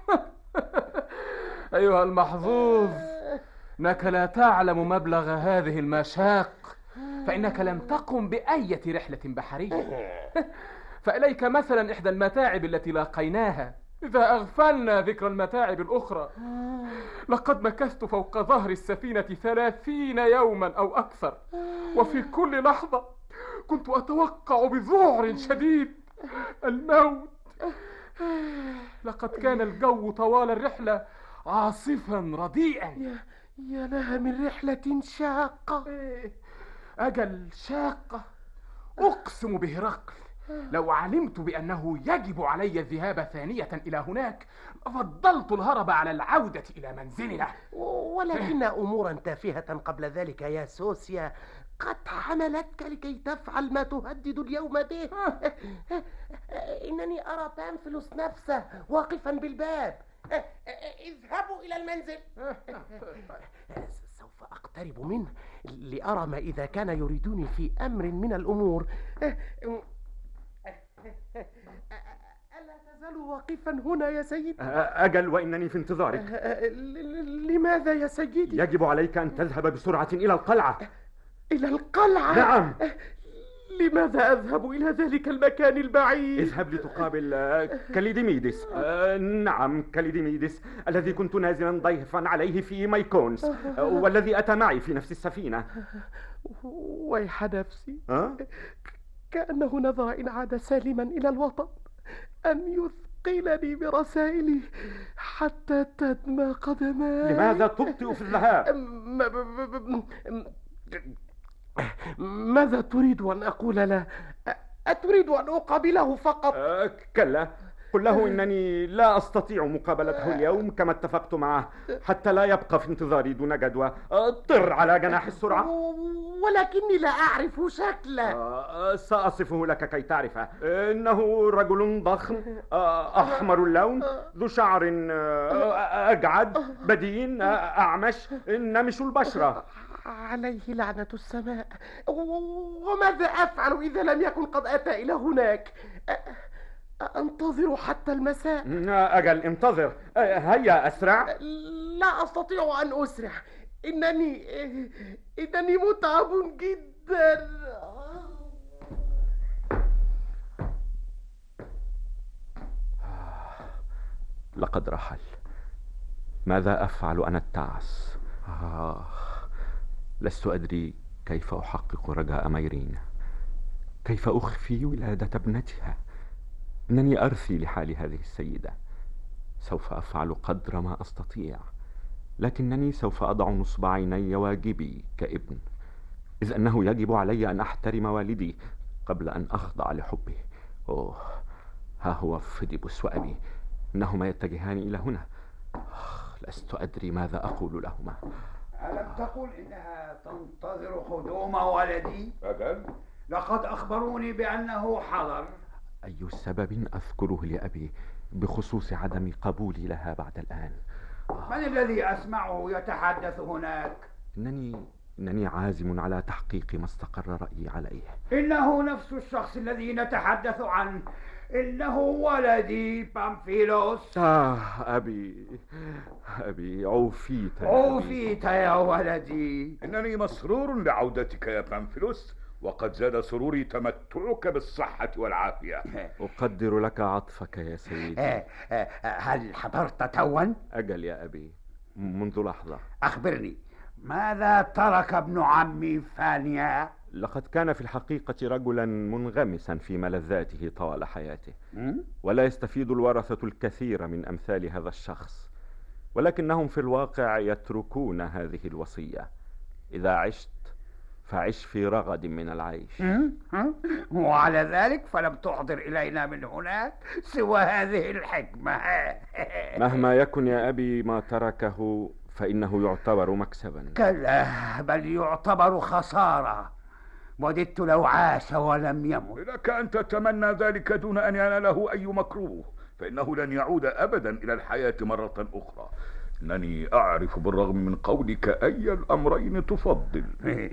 أيها المحظوظ، إنك لا تعلم مبلغ هذه المشاق، فإنك لم تقم بأية رحلة بحرية. فإليك مثلا إحدى المتاعب التي لاقيناها، إذا أغفلنا ذكر المتاعب الأخرى. لقد مكثت فوق ظهر السفينة ثلاثين يوما أو أكثر، وفي كل لحظة كنت أتوقع بذعر شديد الموت. لقد كان الجو طوال الرحلة عاصفا رديئا. يا, يا لها من رحلة شاقة. أجل شاقة. أقسم بهرقل لو علمت بأنه يجب علي الذهاب ثانية إلى هناك فضلت الهرب على العودة إلى منزلنا. ولكن أمورا تافهة قبل ذلك يا سوسيا قد حملتك لكي تفعل ما تهدد اليوم به. إنني أرى بامفلوس نفسه واقفا بالباب. اذهبوا إلى المنزل. سوف أقترب منه لأرى ما إذا كان يريدني في أمر من الأمور. ألا تزال واقفا هنا يا سيدي؟ أجل، وإنني في انتظارك. لماذا يا سيدي؟ يجب عليك أن تذهب بسرعة إلى القلعة. إلى القلعة؟ نعم. لماذا أذهب إلى ذلك المكان البعيد؟ اذهب لتقابل آه، كاليديميدس. آه، نعم، كاليديميدس الذي كنت نازلا ضيفا عليه في مايكونس، آه، والذي أتى معي في نفس السفينة. ويح نفسي، أه؟ كأنه نظر إن عاد سالما إلى الوطن أن يثقلني برسائله حتى تدمى قدماي. لماذا تبطئ في الذهاب؟ ماذا تريد أن أقول له؟ أتريد أن أقابله فقط؟ أه كلا، قل له إنني لا أستطيع مقابلته اليوم كما اتفقت معه، حتى لا يبقى في انتظاري دون جدوى. طر على جناح السرعة. ولكني لا أعرف شكله. أه سأصفه لك كي تعرفه. إنه رجل ضخم، أحمر اللون، ذو شعر أجعد، بدين، أعمش، نمش البشرة. عليه لعنة السماء. وماذا أفعل إذا لم يكن قد أتى إلى هناك؟ أنتظر حتى المساء. أجل انتظر. هيا أسرع. لا أستطيع أن أسرع، إنني إنني متعب جدا. لقد رحل. ماذا أفعل أنا التعس؟ آه. لست أدري كيف أحقق رجاء ميرين، كيف أخفي ولادة ابنتها. إنني أرثي لحال هذه السيدة. سوف أفعل قدر ما أستطيع، لكنني سوف أضع نصب عيني واجبي كابن، إذ أنه يجب علي أن أحترم والدي قبل أن أخضع لحبه. أوه، ها هو فيديبوس وأبي، إنهما يتجهان إلى هنا. لست أدري ماذا أقول لهما. ألم تقل إنها تنتظر قدوم ولدي؟ أجل. لقد أخبروني بأنه حضر. أي سبب أذكره لأبي بخصوص عدم قبولي لها بعد الآن؟ من الذي أسمعه يتحدث هناك؟ إنني إنني عازم على تحقيق ما استقر رأيي عليه. إنه نفس الشخص الذي نتحدث عنه. إنه ولدي بامفيلوس. آه أبي أبي عوفيت. عوفيت يا ولدي. إنني مسرور لعودتك يا بامفيلوس، وقد زاد سروري تمتعك بالصحة والعافية. أقدر لك عطفك يا سيدي. هل حضرت توا؟ أجل يا أبي، منذ لحظة. أخبرني، ماذا ترك ابن عمي فانيا؟ لقد كان في الحقيقة رجلا منغمسا في ملذاته طوال حياته، ولا يستفيد الورثة الكثير من أمثال هذا الشخص، ولكنهم في الواقع يتركون هذه الوصية: إذا عشت فعش في رغد من العيش. وعلى ذلك فلم تحضر إلينا من هناك سوى هذه الحكمة. مهما يكن يا أبي ما تركه فإنه يعتبر مكسبا. كلا، بل يعتبر خسارة. وددت لو عاش ولم يمت. لك أن تتمنى ذلك دون أن يناله أي مكروه، فإنه لن يعود أبدا إلى الحياة مرة أخرى. إنني أعرف بالرغم من قولك أي الأمرين تفضل.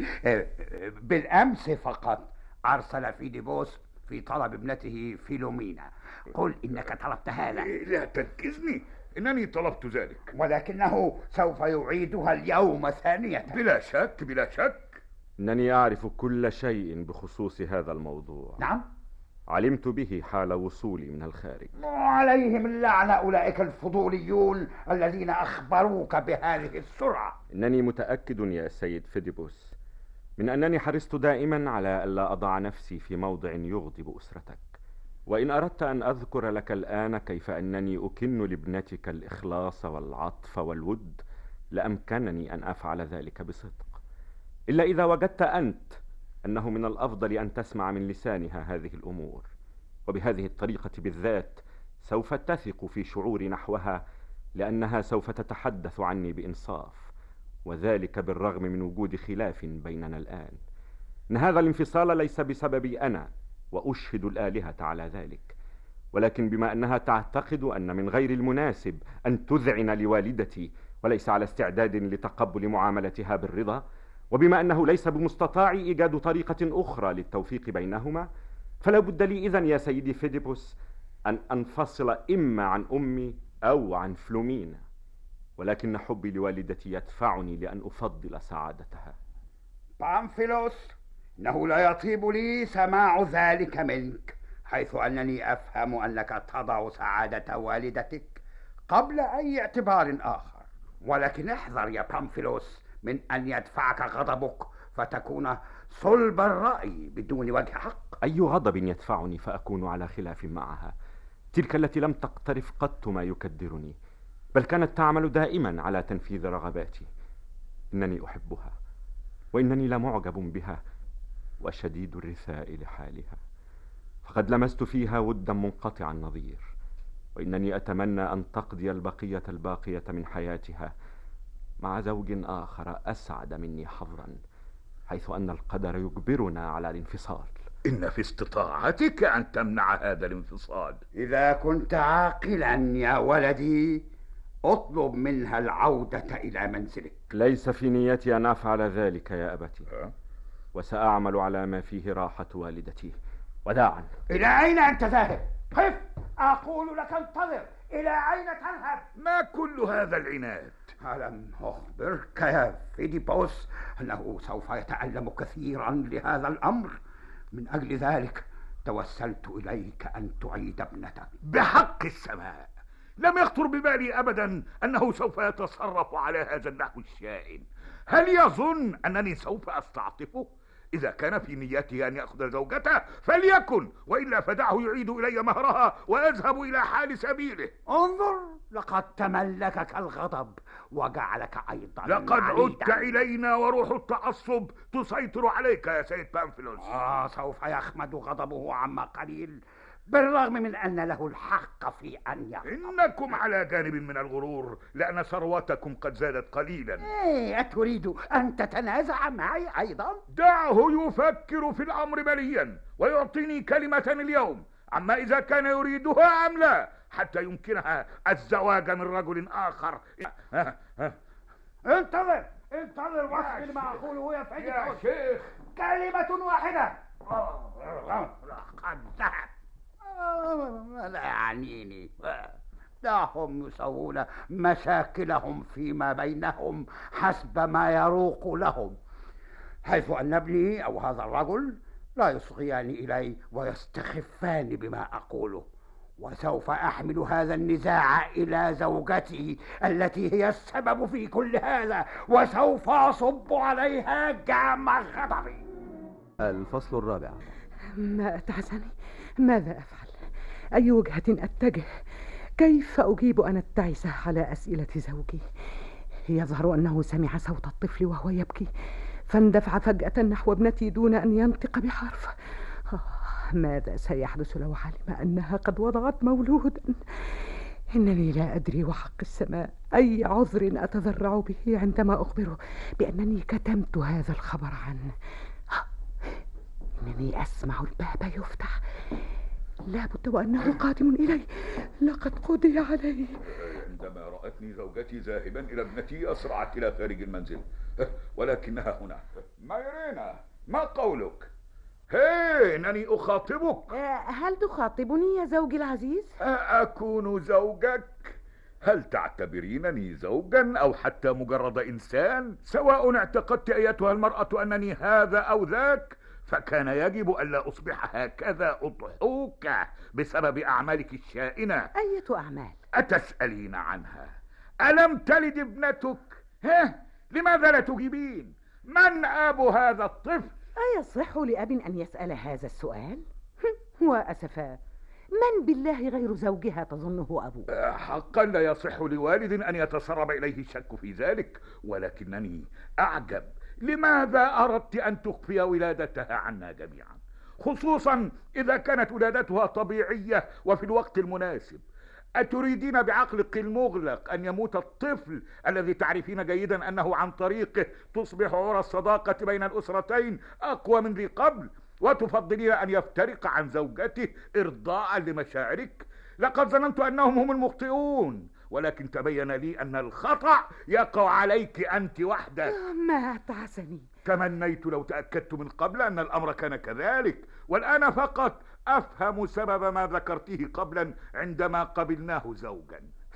بالأمس فقط أرسل فيديبوس في طلب ابنته فيلومينا. قل إنك طلبتها له. لا تنكزني، إنني طلبت ذلك، ولكنه سوف يعيدها اليوم ثانية. بلا شك بلا شك. إنني أعرف كل شيء بخصوص هذا الموضوع. نعم، علمت به حال وصولي من الخارج. عليهم اللعنة أولئك الفضوليون الذين أخبروك بهذه السرعة. إنني متأكد يا سيد فيديبوس من أنني حرصت دائما على ألا أضع نفسي في موضع يغضب أسرتك، وإن أردت أن أذكر لك الآن كيف أنني أكن لابنتك الإخلاص والعطف والود لأمكنني أن أفعل ذلك بصدق، إلا إذا وجدت أنت أنه من الأفضل أن تسمع من لسانها هذه الأمور، وبهذه الطريقة بالذات سوف تثق في شعوري نحوها، لأنها سوف تتحدث عني بإنصاف، وذلك بالرغم من وجود خلاف بيننا الآن. إن هذا الانفصال ليس بسببي أنا، وأشهد الآلهة على ذلك، ولكن بما أنها تعتقد أن من غير المناسب أن تذعن لوالدتي، وليس على استعداد لتقبل معاملتها بالرضا، وبما أنه ليس بمستطاع إيجاد طريقة أخرى للتوفيق بينهما، فلا بد لي إذن يا سيدي فيديبوس أن أنفصل إما عن أمي أو عن فلومينا، ولكن حبي لوالدتي يدفعني لأن أفضل سعادتها. بامفيلوس، إنه لا يطيب لي سماع ذلك منك، حيث أنني أفهم أنك تضع سعادة والدتك قبل أي اعتبار آخر. ولكن احذر يا بامفيلوس من أن يدفعك غضبك فتكون صلب الرأي بدون وجه حق. أي غضب يدفعني فأكون على خلاف معها؟ تلك التي لم تقترف قط ما يكدرني، بل كانت تعمل دائما على تنفيذ رغباتي. إنني أحبها، وإنني لمعجب بها وشديد الرثاء لحالها، فقد لمست فيها ودا منقطع النظير، وإنني أتمنى أن تقضي البقية الباقية من حياتها مع زوج آخر أسعد مني حظا، حيث أن القدر يجبرنا على الانفصال. إن في استطاعتك أن تمنع هذا الانفصال. إذا كنت عاقلا يا ولدي اطلب منها العودة إلى منزلك. ليس في نيتي أن أفعل ذلك يا أبتي، وسأعمل على ما فيه راحة والدتي. وداعا. إلى أين أنت ذاهب؟ قف، أقول لك انتظر. إلى أين تذهب؟ ما كل هذا العناد؟ ألم أخبرك يا فيديبوس أنه سوف يتألم كثيرا لهذا الأمر؟ من أجل ذلك توسلت إليك أن تعيد ابنتك. بحق السماء، لم يخطر ببالي أبدا أنه سوف يتصرف على هذا النحو الشائن. هل يظن أنني سوف أستعطفه؟ إذا كان في نيته أن يأخذ زوجته فليكن، وإلا فدعه يعيد إلي مهرها ويذهب إلى حال سبيله. انظر، لقد تملكك الغضب وجعلك أيضا لقد عدت إلينا وروح التعصب تسيطر عليك يا سيد بامفيلوس. آه سوف يخمد غضبه عما قليل، بالرغم من أن له الحق في أن يغضب. إنكم على جانب من الغرور، لأن ثروتكم قد زادت قليلا. إيه، أتريد أن تتنازع معي أيضا؟ دعه يفكر في الأمر مليا ويعطيني كلمة اليوم عما إذا كان يريدها أم لا، حتى يمكنها الزواج من رجل آخر. انتظر انتظر واسمع ما أقوله يا فيديبوس. يا شيخ، كلمة واحدة. قد ذهب. لا يعنيني، دعهم يسوون مشاكلهم فيما بينهم حسب ما يروق لهم، حيث أن ابني أو هذا الرجل لا يصغيان إلي ويستخفان بما أقوله. وسوف أحمل هذا النزاع إلى زوجتي التي هي السبب في كل هذا، وسوف أصب عليها جام غضبي. الفصل الرابع. ما أتعسني، ماذا أفعل؟ أي وجهة أتجه؟ كيف أجيب أنا التعسة على أسئلة زوجي؟ يظهر أنه سمع صوت الطفل وهو يبكي، فاندفع فجأة نحو ابنتي دون أن ينطق بحرف. آه، ماذا سيحدث لو علم أنها قد وضعت مولودا؟ إنني لا أدري وحق السماء أي عذر أتذرع به عندما أخبره بأنني كتمت هذا الخبر عنه. إنني أسمع الباب يفتح، لا بد وأنه قادم إلي، لقد قضي علي. عندما رأتني زوجتي ذاهبا إلى ابنتي أسرعت إلى خارج المنزل، ولكنها هنا. مايرينا، ما قولك؟ هي إنني أخاطبك. هل تخاطبني يا زوجي العزيز؟ أكون زوجك؟ هل تعتبرينني زوجا أو حتى مجرد إنسان؟ سواء اعتقدت أيتها المرأة أنني هذا أو ذاك، فكان يجب ألا أصبح هكذا أضحوك بسبب أعمالك الشائنة. أية أعمال؟ أتسألين عنها؟ ألم تلد ابنتك؟ ها؟ لماذا لا تجيبين؟ من أب هذا الطفل؟ أيصح لأب أن يسأل هذا السؤال؟ وأسفا، من بالله غير زوجها تظنه أبوه؟ حقا لا يصح لوالد أن يتسرب إليه الشك في ذلك، ولكنني أعجب. لماذا أردت أن تخفي ولادتها عنا جميعا، خصوصا إذا كانت ولادتها طبيعية وفي الوقت المناسب؟ أتريدين بعقلك المغلق أن يموت الطفل الذي تعرفين جيدا أنه عن طريقه تصبح عرى الصداقة بين الأسرتين أقوى من ذي قبل، وتفضلين أن يفترق عن زوجته إرضاء لمشاعرك؟ لقد ظننت أنهم هم المخطئون، ولكن تبين لي أن الخطأ يقع عليك أنت وحدك. ما تعسني. تمنيت لو تأكدت من قبل أن الأمر كان كذلك، والآن فقط أفهم سبب ما ذكرته قبلا عندما قبلناه زوجا.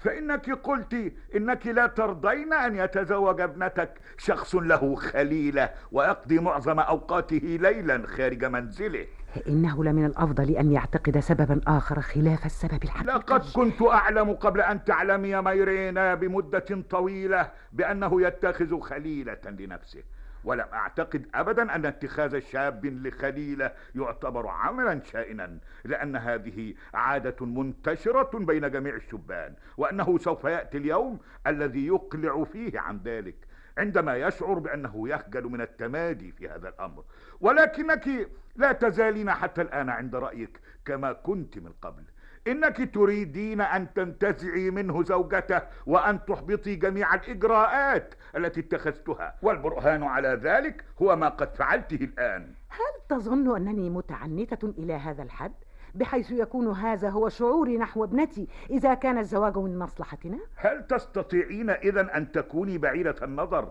فإنك قلت إنك لا ترضين أن يتزوج ابنتك شخص له خليلة ويقضي معظم أوقاته ليلا خارج منزله. إنه لمن الأفضل أن يعتقد سببا آخر خلاف السبب الحقيقي. لقد كنت أعلم قبل أن تعلمي يا ميرينا بمدة طويلة بأنه يتخذ خليلة لنفسه، ولم أعتقد أبدا أن اتخاذ شاب لخليلة يعتبر عملا شائنا، لأن هذه عادة منتشرة بين جميع الشبان، وأنه سوف يأتي اليوم الذي يقلع فيه عن ذلك عندما يشعر بأنه يخجل من التمادي في هذا الأمر. ولكنك لا تزالين حتى الآن عند رأيك كما كنت من قبل. إنك تريدين أن تنتزعي منه زوجته وأن تحبطي جميع الإجراءات التي اتخذتها، والبرهان على ذلك هو ما قد فعلته الآن. هل تظن أنني متعنتة إلى هذا الحد بحيث يكون هذا هو شعوري نحو ابنتي إذا كان الزواج من مصلحتنا؟ هل تستطيعين إذن أن تكوني بعيدة النظر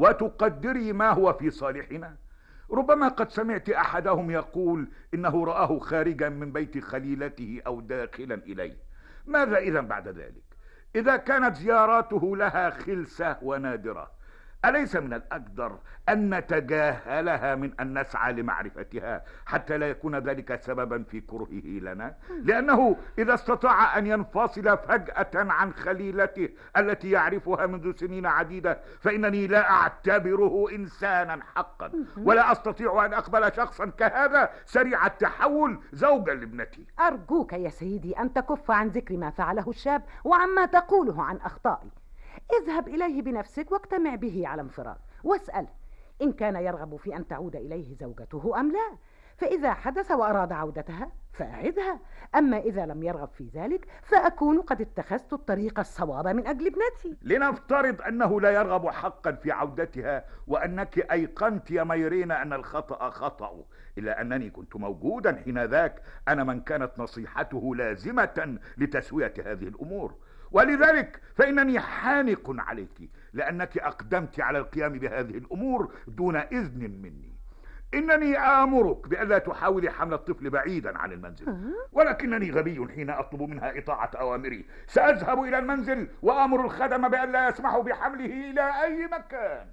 وتقدري ما هو في صالحنا؟ ربما قد سمعت أحدهم يقول إنه رآه خارجا من بيت خليلته أو داخلا إليه. ماذا إذن بعد ذلك؟ إذا كانت زياراته لها خلسة ونادرة، أليس من الأقدر أن نتجاهلها من أن نسعى لمعرفتها حتى لا يكون ذلك سببا في كرهه لنا؟ لأنه إذا استطاع أن ينفصل فجأة عن خليلته التي يعرفها منذ سنين عديدة فإنني لا أعتبره إنسانا حقا، ولا أستطيع أن أقبل شخصا كهذا سريع التحول زوجا لابنتي. أرجوك يا سيدي أن تكف عن ذكر ما فعله الشاب وعما تقوله عن أخطائي. اذهب إليه بنفسك واجتمع به على انفراد واسأل إن كان يرغب في أن تعود إليه زوجته أم لا، فإذا حدث وأراد عودتها فأعدها، أما إذا لم يرغب في ذلك فأكون قد اتخذت الطريق الصواب من أجل ابنتي. لنفترض أنه لا يرغب حقا في عودتها وأنك أيقنت يا ميرينا أن الخطأ خطأه، إلا أنني كنت موجودا حينذاك أنا من كانت نصيحته لازمة لتسوية هذه الأمور، ولذلك فإنني حانق عليك لأنك أقدمت على القيام بهذه الأمور دون إذن مني. إنني آمرك بألا تحاولي حمل الطفل بعيدا عن المنزل، ولكنني غبي حين أطلب منها إطاعة أوامري. سأذهب إلى المنزل وآمر الخدم بألا يسمحوا بحمله إلى أي مكان.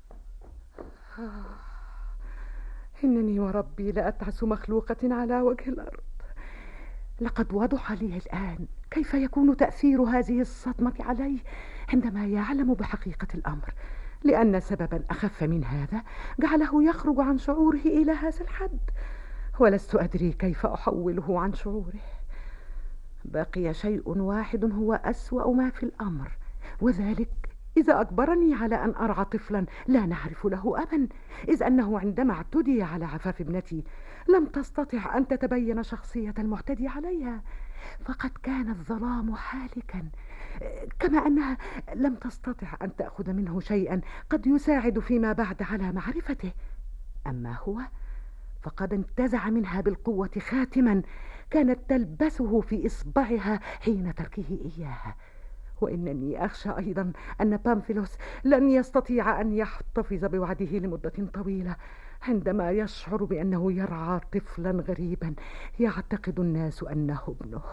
إنني وربي لأتعس مخلوقة على وجه الأرض. لقد وضح لي الآن كيف يكون تأثير هذه الصدمة عليه عندما يعلم بحقيقة الأمر، لأن سببا أخف من هذا جعله يخرج عن شعوره إلى هذا الحد، ولست أدري كيف أحوله عن شعوره. بقي شيء واحد هو أسوأ ما في الأمر، وذلك إذا أجبرني على أن أرعى طفلا لا نعرف له أبا، إذ أنه عندما اعتدي على عفاف ابنتي لم تستطع أن تتبين شخصية المعتدي عليها، فقد كان الظلام حالكا، كما أنها لم تستطع أن تأخذ منه شيئا قد يساعد فيما بعد على معرفته. أما هو فقد انتزع منها بالقوة خاتما كانت تلبسه في إصبعها حين تركه إياها، وإنني أخشى أيضا أن بامفيلوس لن يستطيع أن يحتفظ بوعده لمدة طويلة عندما يشعر بأنه يرعى طفلا غريبا يعتقد الناس أنه ابنه.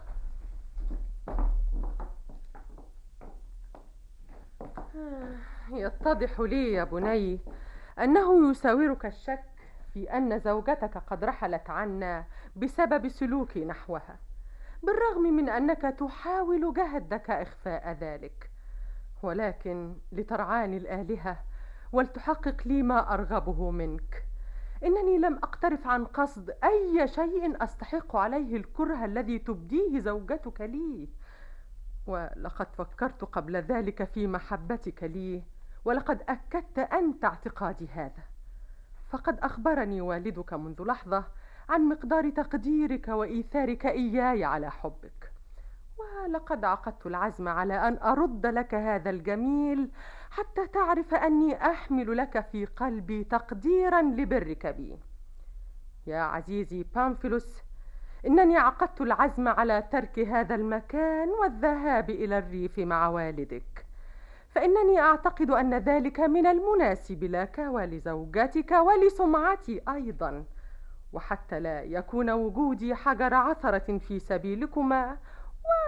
يتضح لي يا بني أنه يساورك الشك في أن زوجتك قد رحلت عنا بسبب سلوكي نحوها، بالرغم من أنك تحاول جهدك إخفاء ذلك، ولكن لترعاني الآلهة ولتحقق لي ما أرغبه منك، إنني لم أقترف عن قصد أي شيء أستحق عليه الكره الذي تبديه زوجتك لي، ولقد فكرت قبل ذلك في محبتك لي، ولقد أكدت أنت اعتقادي هذا، فقد أخبرني والدك منذ لحظة عن مقدار تقديرك وإيثارك إياي على حبك، ولقد عقدت العزم على أن أرد لك هذا الجميل حتى تعرف أني أحمل لك في قلبي تقديرا لبرك بي. يا عزيزي بامفيلوس، إنني عقدت العزم على ترك هذا المكان والذهاب إلى الريف مع والدك، فإنني أعتقد أن ذلك من المناسب لك ولزوجتك ولسمعتي أيضا، وحتى لا يكون وجودي حجر عثرة في سبيلكما،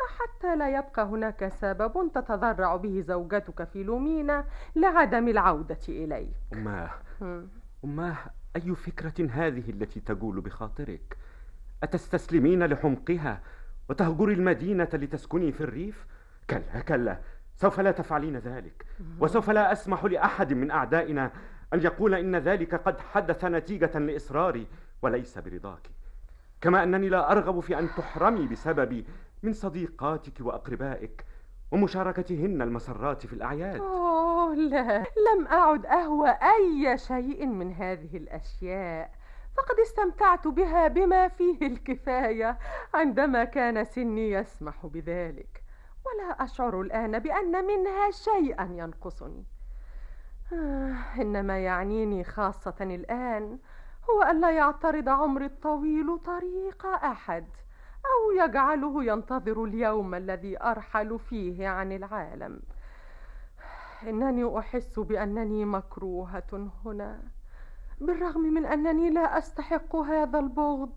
وحتى لا يبقى هناك سبب تتذرع به زوجتك فيلومينا لعدم العودة إليك. أماه أماه أي فكرة هذه التي تجول بخاطرك؟ أتستسلمين لحمقها وتهجري المدينة لتسكني في الريف؟ كلا كلا، سوف لا تفعلين ذلك، وسوف لا أسمح لأحد من أعدائنا أن يقول إن ذلك قد حدث نتيجة لإصراري وليس برضاك. كما أنني لا أرغب في أن تحرمي بسببي من صديقاتك وأقربائك ومشاركتهن المسرات في الأعياد. أوه لا، لم أعد أهوى أي شيء من هذه الأشياء، فقد استمتعت بها بما فيه الكفاية عندما كان سني يسمح بذلك، ولا أشعر الآن بأن منها شيئا ينقصني. آه إنما يعنيني خاصة الآن هو ألا يعترض عمري الطويل طريق أحد، أو يجعله ينتظر اليوم الذي أرحل فيه عن العالم. إنني أحس بأنني مكروهة هنا، بالرغم من أنني لا أستحق هذا البغض.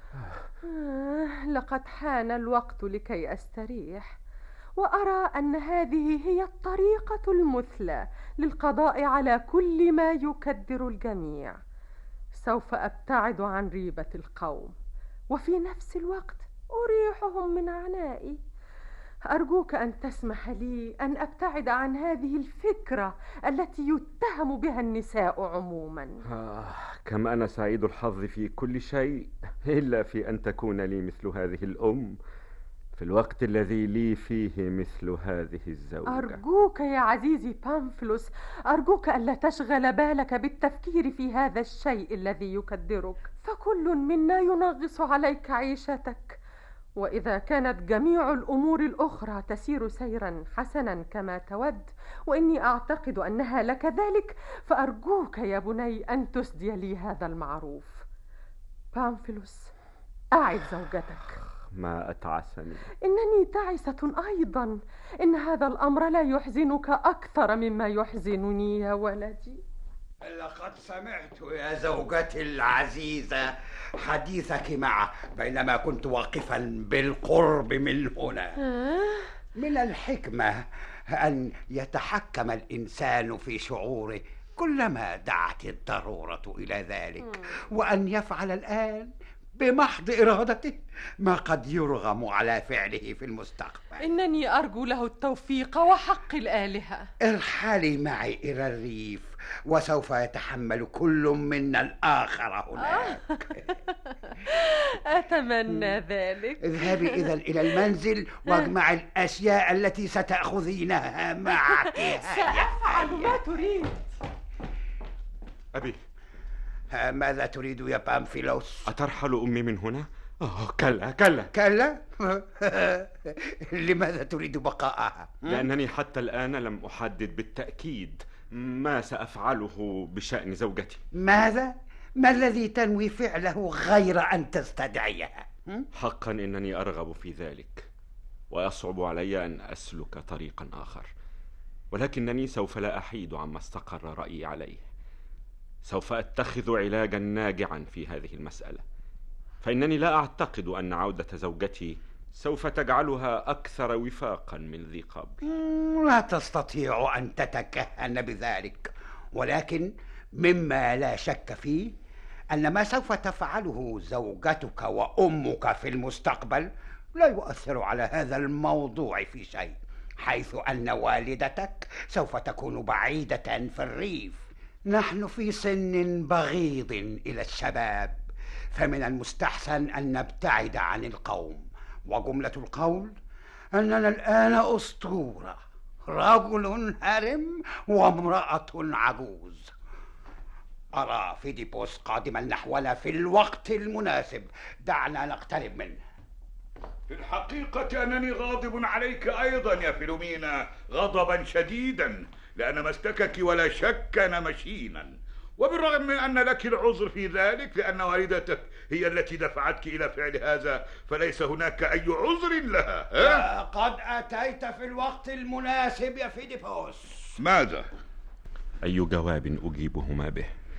آه لقد حان الوقت لكي أستريح، وأرى أن هذه هي الطريقة المثلى للقضاء على كل ما يكدر الجميع. سوف أبتعد عن ريبة القوم، وفي نفس الوقت أريحهم من عنائي. أرجوك أن تسمح لي أن أبتعد عن هذه الفكرة التي يتهم بها النساء عموما. آه، كم أنا سعيد الحظ في كل شيء إلا في أن تكون لي مثل هذه الأم في الوقت الذي لي فيه مثل هذه الزوجة. أرجوك يا عزيزي بامفلوس، أرجوك ألا تشغل بالك بالتفكير في هذا الشيء الذي يكدرك، فكل منا ينغص عليك عيشتك. وإذا كانت جميع الأمور الأخرى تسير سيرا حسنا كما تود، وإني أعتقد أنها لك ذلك، فأرجوك يا بني أن تسدي لي هذا المعروف. بامفلوس، أعد زوجتك. ما أتعسني. إنني تعسة أيضا. إن هذا الأمر لا يحزنك أكثر مما يحزنني يا ولدي. لقد سمعت يا زوجتي العزيزة حديثك معه بينما كنت واقفا بالقرب من هنا. من الحكمة أن يتحكم الإنسان في شعوره كلما دعت الضرورة إلى ذلك، وأن يفعل الآن بمحض إرادته ما قد يرغم على فعله في المستقبل. إنني أرجو له التوفيق وحق الآلهة. ارحلي معي إلى الريف وسوف يتحمل كل منا الآخر هناك. أتمنى ذلك. اذهبي إذن إلى المنزل واجمعي الأشياء التي ستأخذينها معك. سأفعل ما تريد. أبي، ماذا تريد يا بامفيلوس؟ أترحل أمي من هنا؟ أوه كلا كلا كلا. لماذا تريد بقاءها؟ لأنني حتى الآن لم أحدد بالتأكيد ما سأفعله بشأن زوجتي. ماذا؟ ما الذي تنوي فعله غير أن تستدعيها؟ حقا إنني أرغب في ذلك، ويصعب علي أن أسلك طريقا آخر، ولكنني سوف لا أحيد عما استقر رأيي عليه. سوف أتخذ علاجا ناجعا في هذه المسألة، فإنني لا أعتقد أن عودة زوجتي سوف تجعلها أكثر وفاقا من ذي قبل. لا تستطيع أن تتكهن بذلك، ولكن مما لا شك فيه أن ما سوف تفعله زوجتك وأمك في المستقبل لا يؤثر على هذا الموضوع في شيء، حيث أن والدتك سوف تكون بعيدة في الريف. نحن في سن بغيض إلى الشباب، فمن المستحسن أن نبتعد عن القوم، وجملة القول أننا الآن أسطورة، رجل هرم وامرأة عجوز. أرى فيديبوس قادما نحونا في الوقت المناسب، دعنا نقترب منه. في الحقيقة أنني غاضب عليك أيضا يا فيلومينا، غضبا شديدا، لأن مسلكك ولا شك مشينا، وبالرغم من أن لك العذر في ذلك لأن والدتك هي التي دفعتك إلى فعل هذا، فليس هناك أي عذر لها. ها؟ قد أتيت في الوقت المناسب يا فيديبوس. ماذا؟ أي جواب أجيبهما به؟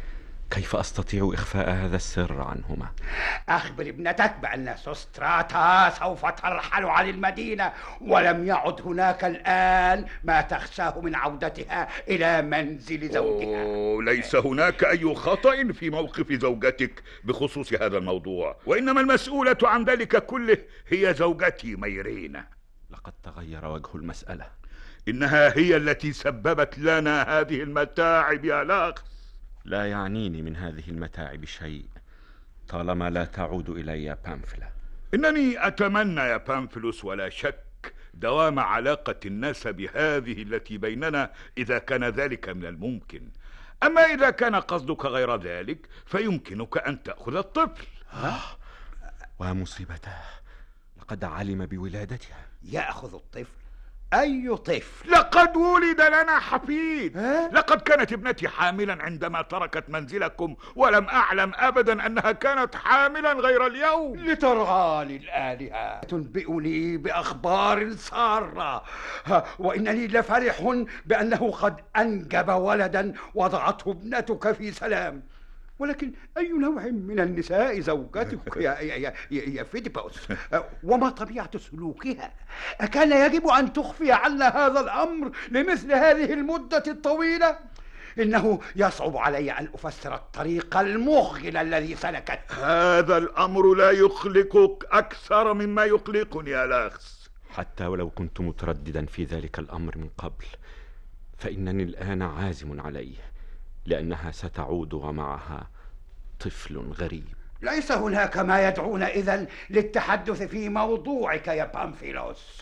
كيف أستطيع إخفاء هذا السر عنهما؟ أخبر ابنتك بأن سوستراتا سوف ترحل عن المدينة، ولم يعد هناك الآن ما تخشاه من عودتها إلى منزل زوجها. أوه، ليس هناك أي خطأ في موقف زوجتك بخصوص هذا الموضوع، وإنما المسؤولة عن ذلك كله هي زوجتي ميرينا. لقد تغير وجه المسألة. إنها هي التي سببت لنا هذه المتاعب يا لاخس. لا يعنيني من هذه المتاعب شيء طالما لا تعود إلي يا بامفلا. إنني أتمنى يا بامفلوس ولا شك دوام علاقة النسب هذه التي بيننا إذا كان ذلك من الممكن. أما إذا كان قصدك غير ذلك فيمكنك أن تأخذ الطفل. ها؟ ومصيبته لقد علم بولادتها. يأخذ الطفل؟ أي طفل؟ لقد ولد لنا حفيد. لقد كانت ابنتي حاملا عندما تركت منزلكم، ولم أعلم أبدا أنها كانت حاملا غير اليوم. لترغاني الآلهة تنبئني بأخبار سارة، وإنني لفرح بأنه قد أنجب ولدا وضعته ابنتك في سلام. ولكن أي نوع من النساء زوجتك يا, يا, يا, يا فيديبوس؟ وما طبيعة سلوكها؟ أكان يجب أن تخفي عنا هذا الأمر لمثل هذه المدة الطويلة؟ إنه يصعب علي أن أفسر الطريق المخجل الذي سلكت. هذا الأمر لا يقلقك أكثر مما يقلقني يا لاخس. حتى ولو كنت مترددا في ذلك الأمر من قبل، فإنني الآن عازم عليه، لأنها ستعود ومعها طفل غريب. ليس هناك ما يدعونا إذن للتحدث في موضوعك يا بامفيلوس.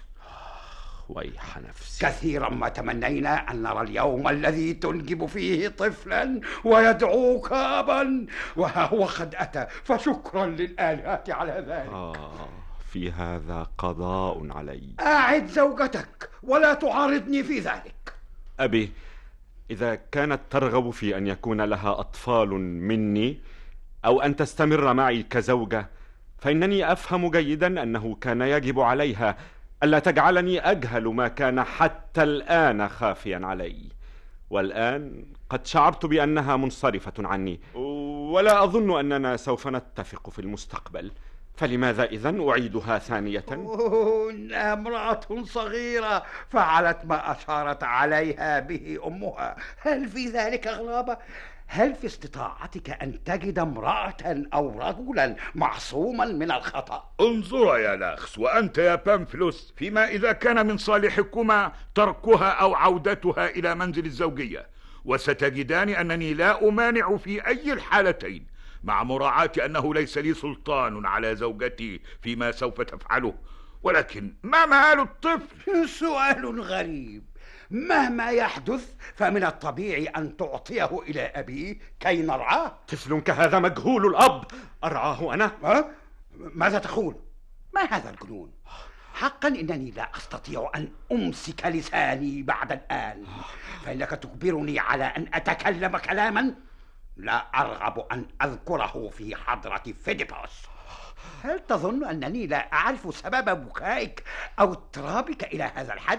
ويح نفسي. كثيرا ما تمنينا أن نرى اليوم الذي تنجب فيه طفلا ويدعوك أبا، وهو قد أتى، فشكرا للآلهة على ذلك. آه، في هذا قضاء علي. أعد زوجتك ولا تعارضني في ذلك. أبي، إذا كانت ترغب في أن يكون لها أطفال مني أو أن تستمر معي كزوجة، فإنني أفهم جيدا أنه كان يجب عليها ألا تجعلني أجهل ما كان حتى الآن خافيا علي. والآن قد شعرت بأنها منصرفة عني، ولا أظن أننا سوف نتفق في المستقبل، فلماذا إذن أعيدها ثانية؟ إنها امرأة صغيرة فعلت ما أشارت عليها به أمها. هل في ذلك غرابة؟ هل في استطاعتك أن تجد امرأة أو رجلا معصوما من الخطأ؟ انظر يا لاخس وأنت يا بامفلوس، فيما إذا كان من صالحكما تركها أو عودتها إلى منزل الزوجية، وستجدان أنني لا أمانع في أي الحالتين، مع مراعاة أنه ليس لي سلطان على زوجتي فيما سوف تفعله. ولكن ما مآل الطفل؟ سؤال غريب. مهما يحدث فمن الطبيعي أن تعطيه إلى أبيه كي نرعاه. طفل كهذا مجهول الأب أرعاه أنا؟ أه؟ ماذا تقول؟ ما هذا الجنون؟ حقا إنني لا أستطيع أن أمسك لساني بعد الآن، فإنك تجبرني على أن أتكلم كلاما لا أرغب أن أذكره في حضرة فيديبوس. هل تظن أنني لا أعرف سبب بكائك أو اضطرابك إلى هذا الحد؟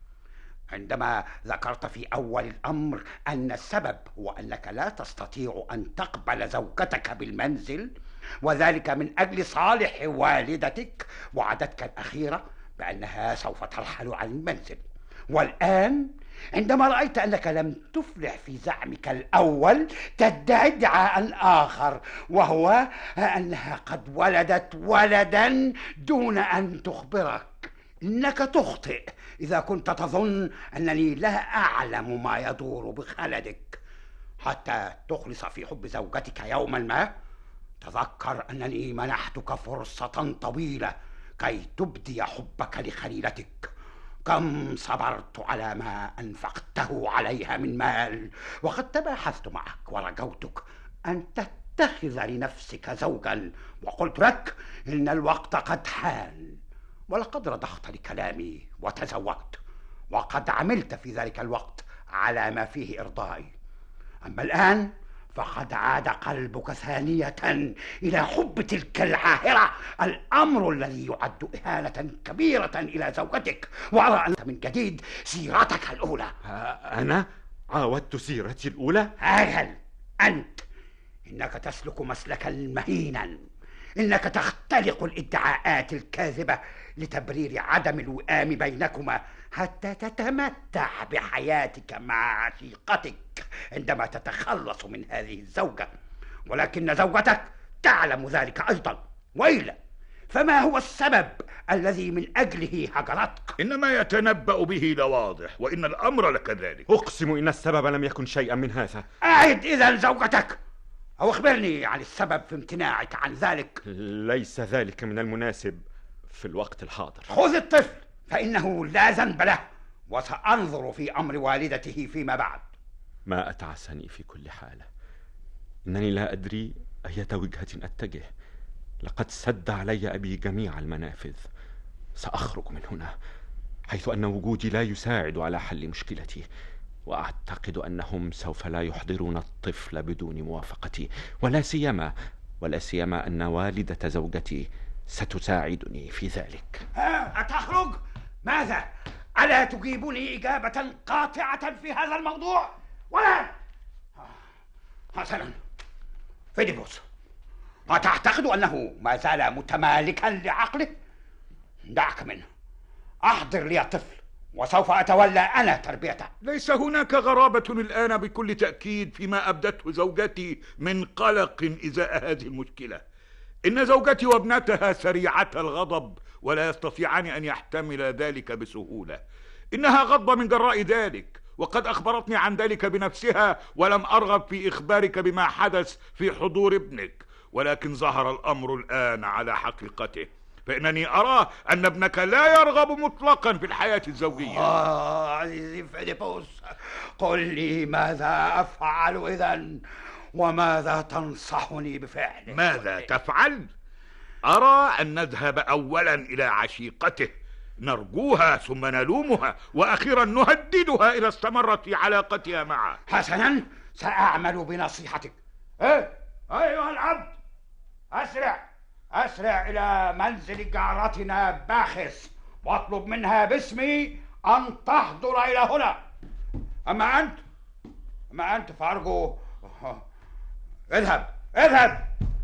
عندما ذكرت في أول الأمر أن السبب هو أنك لا تستطيع أن تقبل زوجتك بالمنزل، وذلك من أجل صالح والدتك، وعدتك الأخيرة بأنها سوف ترحل عن المنزل. والآن عندما رأيت أنك لم تفلح في زعمك الأول تدعي ادعاء آخر، وهو أنها قد ولدت ولدا دون أن تخبرك. إنك تخطئ إذا كنت تظن أنني لا أعلم ما يدور بخلدك. حتى تخلص في حب زوجتك يوما ما تذكر أنني منحتك فرصة طويلة كي تبدي حبك لخليلتك. كم صبرت على ما أنفقته عليها من مال، وقد تباحثت معك ورجوتك أن تتخذ لنفسك زوجا، وقلت لك إن الوقت قد حان، ولقد رضخت لكلامي وتزوجت، وقد عملت في ذلك الوقت على ما فيه إرضائي. أما الآن فقد عاد قلبك ثانية إلى حب تلك العاهرة، الأمر الذي يعد إهانة كبيرة إلى زوجتك. وأرى أنت من جديد سيرتك الأولى. أنا عاودت سيرتي الأولى؟ أجل، أنت إنك تسلك مسلكا مهينا، إنك تختلق الادعاءات الكاذبة لتبرير عدم الوئام بينكما حتى تتمتع بحياتك مع عشيقتك عندما تتخلص من هذه الزوجة، ولكن زوجتك تعلم ذلك أيضا، وإلا فما هو السبب الذي من أجله هجرتك؟ إنما يتنبأ به لواضح، وإن الأمر لكذلك. أقسم إن السبب لم يكن شيئا من هذا. أعد إذا زوجتك، أو أخبرني عن السبب في امتناعك عن ذلك. ليس ذلك من المناسب في الوقت الحاضر. خذ الطفل فإنه لا ذنب له، وسأنظر في أمر والدته فيما بعد. ما أتعسني في كل حال، إنني لا أدري أية وجهة أتجه. لقد سد علي أبي جميع المنافذ. سأخرج من هنا، حيث أن وجودي لا يساعد على حل مشكلتي، وأعتقد أنهم سوف لا يحضرون الطفل بدون موافقتي، ولا سيما ولا سيما أن والدة زوجتي ستساعدني في ذلك. ها، أتخرج؟ ماذا؟ ألا تجيبني إجابة قاطعة في هذا الموضوع؟ ولا؟ حسنا، فيديبوس، أتعتقد أنه ما زال متمالكا لعقله؟ دعك منه، أحضر لي الطفل وسوف أتولى أنا تربيته. ليس هناك غرابة الآن بكل تأكيد فيما أبدته زوجتي من قلق إزاء هذه المشكلة. إن زوجتي وابنتها سريعة الغضب ولا يستطيعان أن يحتمل ذلك بسهولة. إنها غضبة من جراء ذلك، وقد أخبرتني عن ذلك بنفسها، ولم أرغب في إخبارك بما حدث في حضور ابنك، ولكن ظهر الأمر الآن على حقيقته، فإنني أرى أن ابنك لا يرغب مطلقا في الحياة الزوجية. آه عزيزي فيليبوس، قل لي ماذا أفعل إذن، وماذا تنصحني بفعله؟ ماذا تفعل؟ أرى أن نذهب أولا إلى عشيقته، نرجوها ثم نلومها، وأخيرا نهددها إذا استمرت في علاقتها معه. حسنا، سأعمل بنصيحتك. إيه أيها العبد، أسرع أسرع إلى منزل جارتنا باخس، واطلب منها باسمي أن تحضر إلى هنا. أما أنت أما أنت فأرجو اذهب اذهب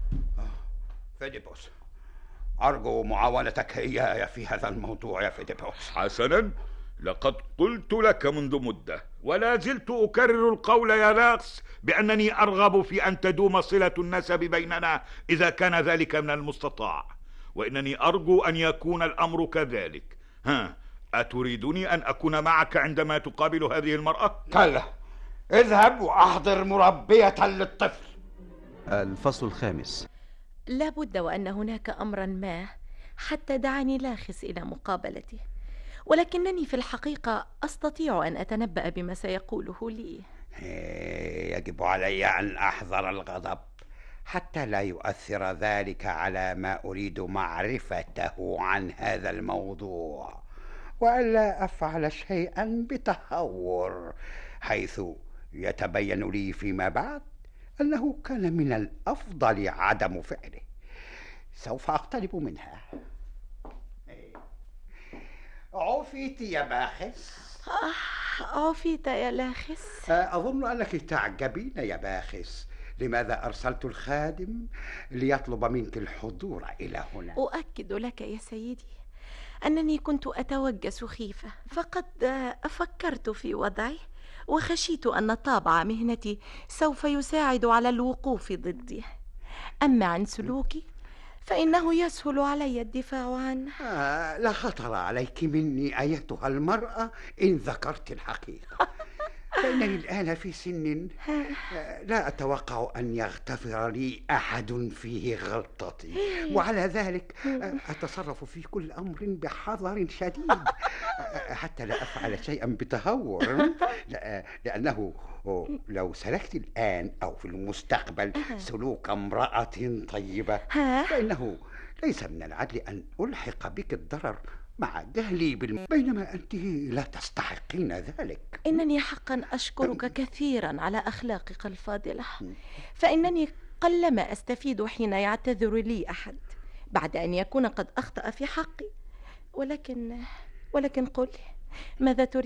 فيديبوس، أرجو معاونتك إياي في هذا الموضوع يا فيديبوس. حسنا، لقد قلت لك منذ مدة ولا زلت أكرر القول يا لاكس بأنني أرغب في أن تدوم صلة النسب بيننا إذا كان ذلك من المستطاع، وإنني أرجو أن يكون الأمر كذلك. ها، أتريدني أن أكون معك عندما تقابل هذه المرأة؟ كلا، اذهب وأحضر مربية للطفل. الفصل الخامس. لا بد وأن هناك أمرا ما حتى دعاني لاخس إلى مقابلته، ولكنني في الحقيقة أستطيع أن أتنبأ بما سيقوله لي. يجب علي أن أحذر الغضب حتى لا يؤثر ذلك على ما أريد معرفته عن هذا الموضوع، وألا أفعل شيئا بتهور حيث يتبين لي فيما بعد أنه كان من الأفضل عدم فعله. سوف أقترب منها. عفيت يا باخس؟ آه، عفيت يا لاخس. أظن أنك تعجبين يا باخس لماذا أرسلت الخادم ليطلب منك الحضور إلى هنا. أؤكد لك يا سيدي أنني كنت أتوجس خيفة، فقد فكرت في وضعي وخشيت أن طابع مهنتي سوف يساعد على الوقوف ضدي. أما عن سلوكي فإنه يسهل علي الدفاع عنه. آه، لا خطر عليك مني أيتها المرأة إن ذكرت الحقيقة. فإنني الآن في سن لا أتوقع أن يغتفر لي أحد فيه غلطتي، وعلى ذلك أتصرف في كل أمر بحذر شديد حتى لا أفعل شيئا بتهور، لأنه لو سلكت الآن أو في المستقبل سلوك امرأة طيبة فإنه ليس من العدل أن ألحق بك الضرر مع جهلي بالم... بينما أنت لا تستحقين ذلك. إنني حقا أشكرك كثيرا على أخلاقك الفاضلة، فإنني قلما أستفيد حين يعتذر لي أحد بعد أن يكون قد أخطأ في حقي. ولكن ولكن قل، ماذا تريد؟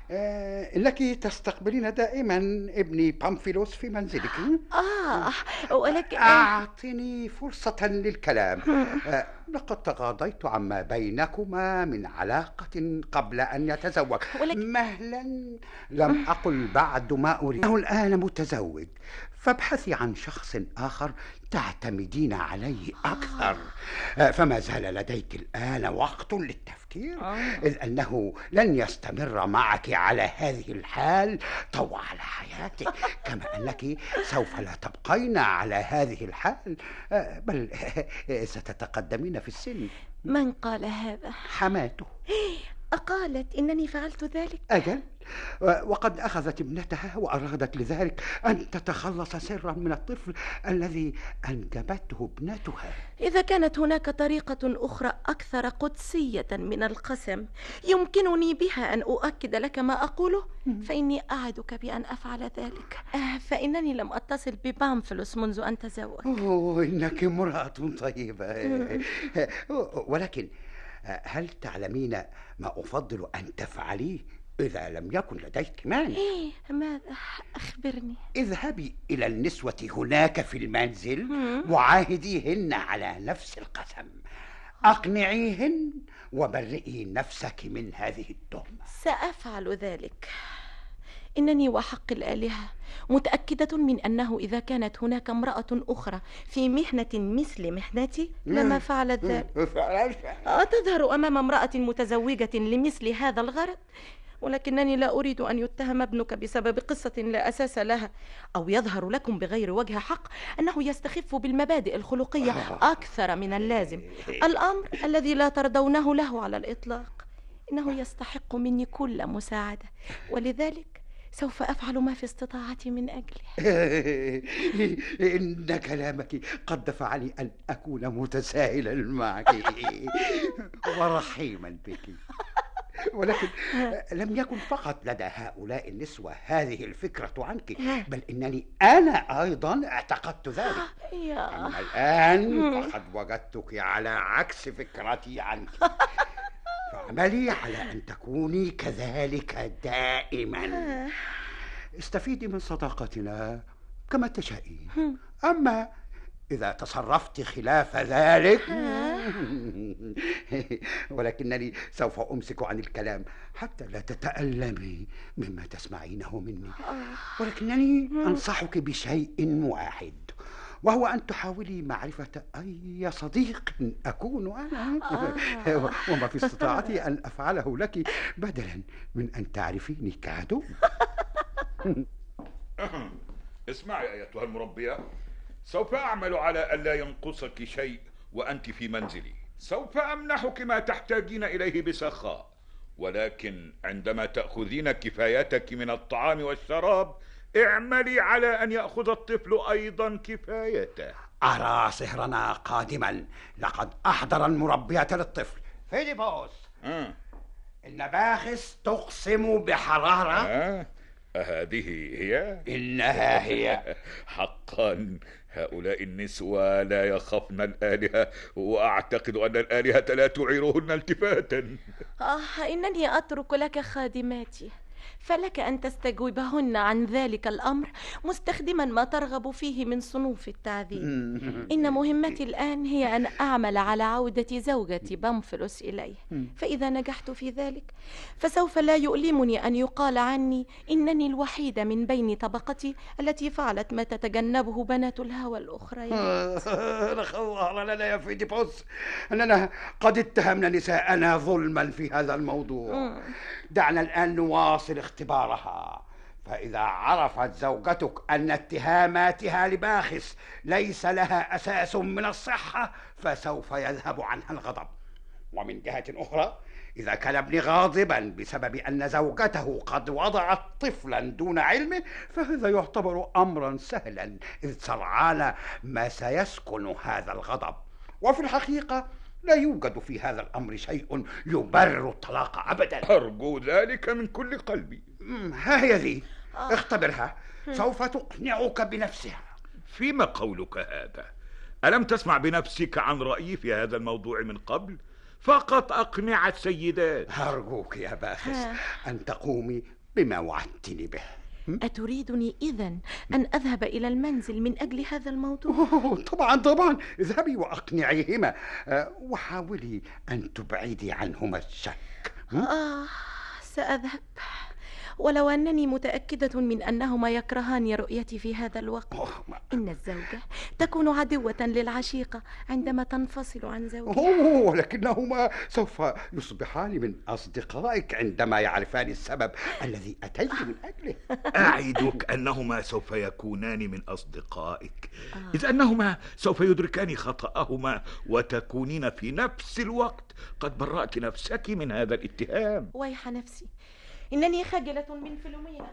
آه لك تستقبلين دائما ابني بامفيلوس في منزلك. آه ولكن أعطني فرصة للكلام. آه لقد تغاضيت عما بينكما من علاقة قبل أن يتزوج. ولكن... مهلا، لم أقل بعد ما أريد. أنه الآن متزوج، فابحثي عن شخص آخر تعتمدين عليه أكثر. آه فما زال لديك الآن وقت للتفكير، إذ أنه لن يستمر معك على هذه الحال طوال حياتك، كما أنك سوف لا تبقين على هذه الحال، آه بل ستتقدمين في السن. من قال هذا؟ حماته. أقالت إنني فعلت ذلك؟ أجل، وقد أخذت ابنتها وأرادت لذلك أن تتخلص سرا من الطفل الذي أنجبته ابنتها. إذا كانت هناك طريقة أخرى أكثر قدسية من القسم يمكنني بها أن أؤكد لك ما أقوله، فإني أعدك بأن أفعل ذلك. آه فإنني لم أتصل ببامفلوس منذ أن تزوج. أوه، إنك امرأة طيبة. ولكن هل تعلمين ما أفضل أن تفعليه إذا لم يكن لديك مانع؟ إيه، ماذا؟ أخبرني. اذهبي إلى النسوة هناك في المنزل وعاهديهن على نفس القسم. أقنعيهن وبرئي نفسك من هذه التهمة. سأفعل ذلك. إنني وحق الآلهة متأكدة من أنه إذا كانت هناك امرأة أخرى في مهنة مثل مهنتي لما فعلت ذلك. أتظهر أمام امرأة متزوجة لمثل هذا الغرض؟ ولكنني لا أريد أن يتهم ابنك بسبب قصة لا أساس لها، أو يظهر لكم بغير وجه حق أنه يستخف بالمبادئ الخلقية أكثر من اللازم، الأمر الذي لا ترضونه له على الإطلاق. إنه يستحق مني كل مساعدة، ولذلك سوف أفعل ما في استطاعتي من أجله. إن كلامك قد دفعني أن أكون متساهلا معك ورحيما بك. ولكن لم يكن فقط لدى هؤلاء النسوة هذه الفكرة عنك، بل إنني أنا أيضا اعتقدت ذلك. أما الآن فقد وجدتك على عكس فكرتي عنك، فاعملي على أن تكوني كذلك دائما. استفيدي من صداقتنا كما تشائين. أما إذا تصرفت خلاف ذلك ولكنني سوف أمسك عن الكلام حتى لا تتألمي مما تسمعينه مني. ولكنني أنصحك بشيء واحد، وهو أن تحاولي معرفة أي صديق أكون أنا وما في استطاعتي أن أفعله لك بدلا من أن تعرفيني كعدو. اسمعي أيتها المربية، سوف أعمل على ألا ينقصك شيء وأنت في منزلي. سوف أمنحك ما تحتاجين إليه بسخاء، ولكن عندما تأخذين كفايتك من الطعام والشراب اعملي على أن يأخذ الطفل أيضا كفايته. أرى سهرنا قادما. لقد أحضر المربية للطفل. فيليبوس، أه. إن باخس تقسم بحرارة. أه. أهذه هي؟ إنها هي. حقا هؤلاء النسوة لا يخافن الآلهة، وأعتقد أن الآلهة لا تعيرهن التفاتا. آه إنني أترك لك خادماتي، فلك أن تستجوبهن عن ذلك الأمر مستخدما ما ترغب فيه من صنوف التعذيب. إن مهمتي الآن هي أن أعمل على عودة زوجتي بامفلوس إليه، فإذا نجحت في ذلك فسوف لا يؤلمني أن يقال عني إنني الوحيدة من بين طبقتي التي فعلت ما تتجنبه بنات الهوى الأخريات. رخى الله لنا يا فيليبوس أننا قد اتهمنا نساءنا ظلما في هذا الموضوع. دعنا الآن نواصل اختبارها، فإذا عرفت زوجتك أن اتهاماتها لباخس ليس لها أساس من الصحة فسوف يذهب عنها الغضب. ومن جهة أخرى، إذا كان ابني غاضبا بسبب أن زوجته قد وضعت طفلا دون علمه فهذا يعتبر أمرا سهلا، إذ سرعان ما سيسكن هذا الغضب. وفي الحقيقة لا يوجد في هذا الأمر شيء يبرر الطلاق أبدا. أرجو ذلك من كل قلبي. ها هي ذي، اختبرها، سوف تقنعك بنفسها. فيما قولك هذا؟ ألم تسمع بنفسك عن رأيي في هذا الموضوع من قبل؟ فقط أقنع السيدات. أرجوك يا باخس أن تقومي بما وعدتني به. أتريدني إذن أن أذهب إلى المنزل من أجل هذا الموضوع؟ أوه طبعا طبعا، اذهبي وأقنعيهما وحاولي أن تبعدي عنهما الشك. آه سأذهب، ولو أنني متأكدة من أنهما يكرهان رؤيتي في هذا الوقت. إن الزوجة تكون عدوة للعشيقة عندما تنفصل عن زوجها. أوه ولكنهما سوف يصبحان من أصدقائك عندما يعرفان السبب الذي أتيت من أجله. أعدك أنهما سوف يكونان من أصدقائك، إذ أنهما سوف يدركان خطأهما وتكونين في نفس الوقت قد برأت نفسك من هذا الاتهام. ويح نفسي، إنني خجلة من فيلومينا.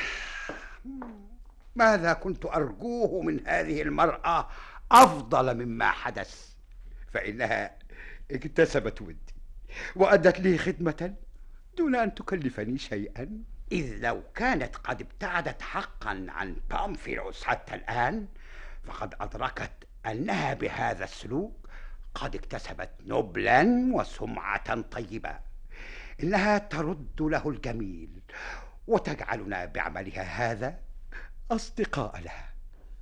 ماذا كنت أرجوه من هذه المرأة أفضل مما حدث؟ فإنها اكتسبت ودي وأدت لي خدمة دون أن تكلفني شيئا. إذ لو كانت قد ابتعدت حقا عن بامفيلوس حتى الآن فقد أدركت أنها بهذا السلوك قد اكتسبت نبلا وسمعة طيبة. إنها ترد له الجميل وتجعلنا بعملها هذا أصدقاء لها.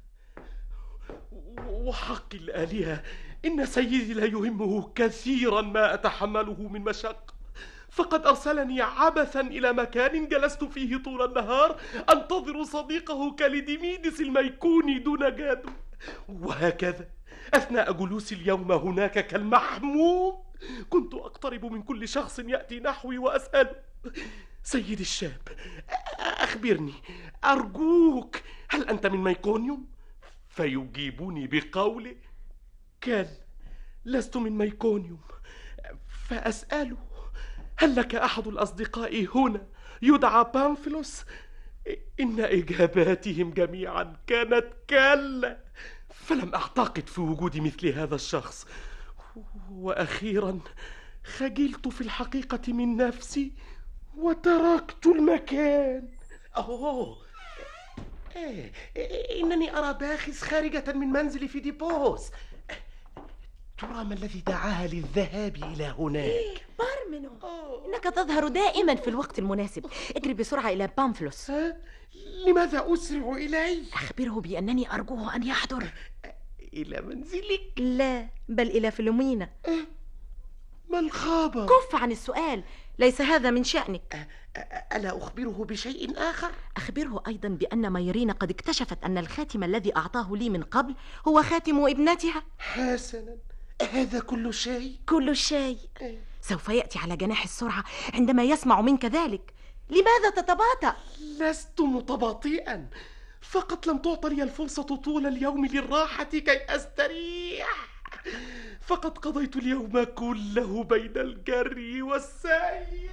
وحق الآلهة إن سيدي لا يهمه كثيرا ما أتحمله من مشقة، فقد أرسلني عبثا إلى مكان جلست فيه طول النهار أنتظر صديقه كاليديميدس الميكوني دون جدوى، وهكذا أثناء جلوسي اليوم هناك كالمحموم كنت أقترب من كل شخص يأتي نحوي وأسأله: سيدي الشاب، أخبرني أرجوك، هل أنت من ميكونيوم؟ فيجيبني بقوله: كلا، لست من ميكونيوم. فأسأله: هل لك أحد الأصدقاء هنا يدعى بامفيلوس؟ إن إجاباتهم جميعا كانت كلا، فلم أعتقد في وجود مثل هذا الشخص. وأخيرا خجلت في الحقيقة من نفسي وتركت المكان. أوه إيه إنني أرى باخس خارجة من منزل فيديبوس. ترى ما الذي دعاها للذهاب إلى هناك؟ بارمنو، إنك تظهر دائما في الوقت المناسب. اجري بسرعة إلى بامفلوس. لماذا أسرع إليه؟ أخبره بأنني أرجوه أن يحضر. إلى منزلك؟ لا، بل إلى فيلومينا. ما الخبر؟ كف عن السؤال، ليس هذا من شأنك. ألا أخبره بشيء آخر؟ أخبره أيضا بأن مايرين قد اكتشفت أن الخاتم الذي أعطاه لي من قبل هو خاتم ابنتها. حسنا، هذا كل شيء؟ كل شيء. سوف يأتي على جناح السرعة عندما يسمع منك ذلك. لماذا تتباطأ؟ لست متباطئا، فقط لم تعطى لي الفرصة طول اليوم للراحة كي أستريح، فقد قضيت اليوم كله بين الجري والسير.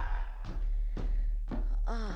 آه.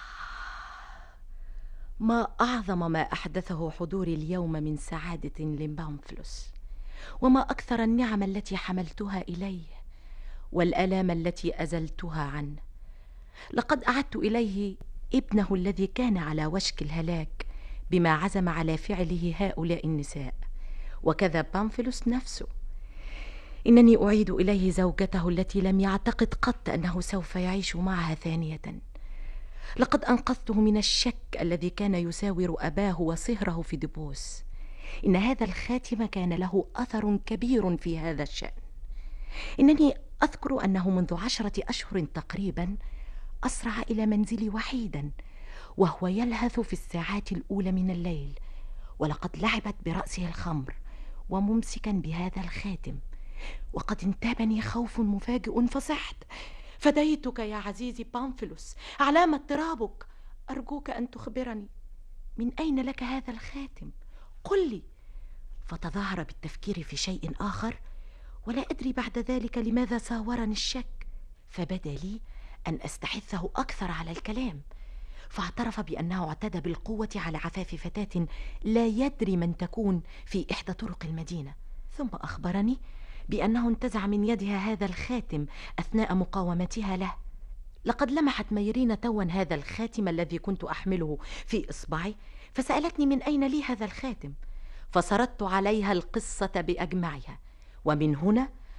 ما أعظم ما أحدثه حضوري اليوم من سعادة لبامفلوس، وما أكثر النعم التي حملتها إليه والآلام التي أزلتها عنه. لقد أعدت إليه ابنه الذي كان على وشك الهلاك بما عزم على فعله هؤلاء النساء، وكذا بامفيلوس نفسه. إنني أعيد إليه زوجته التي لم يعتقد قط أنه سوف يعيش معها ثانية. لقد أنقذته من الشك الذي كان يساور أباه وصهره في ديبوس. إن هذا الخاتم كان له أثر كبير في هذا الشأن. إنني أذكر أنه منذ عشرة أشهر تقريبا أسرع إلى منزلي وحيدا وهو يلهث في الساعات الأولى من الليل، ولقد لعبت برأسه الخمر وممسكا بهذا الخاتم، وقد انتابني خوف مفاجئ فصحت. فديتك يا عزيزي بامفيلوس، علام اضطرابك، أرجوك أن تخبرني من أين لك هذا الخاتم؟ قل لي. فتظاهر بالتفكير في شيء آخر، ولا أدري بعد ذلك لماذا ساورني الشك، فبدا لي أن أستحثه أكثر على الكلام، فاعترف بأنه اعتدى بالقوة على عفاف فتاة لا يدري من تكون في إحدى طرق المدينة، ثم أخبرني بأنه انتزع من يدها هذا الخاتم أثناء مقاومتها له. لقد لمحت مايرين توا هذا الخاتم الذي كنت أحمله في إصبعي، فسألتني من أين لي هذا الخاتم، فسردت عليها القصة بأجمعها، ومن هنا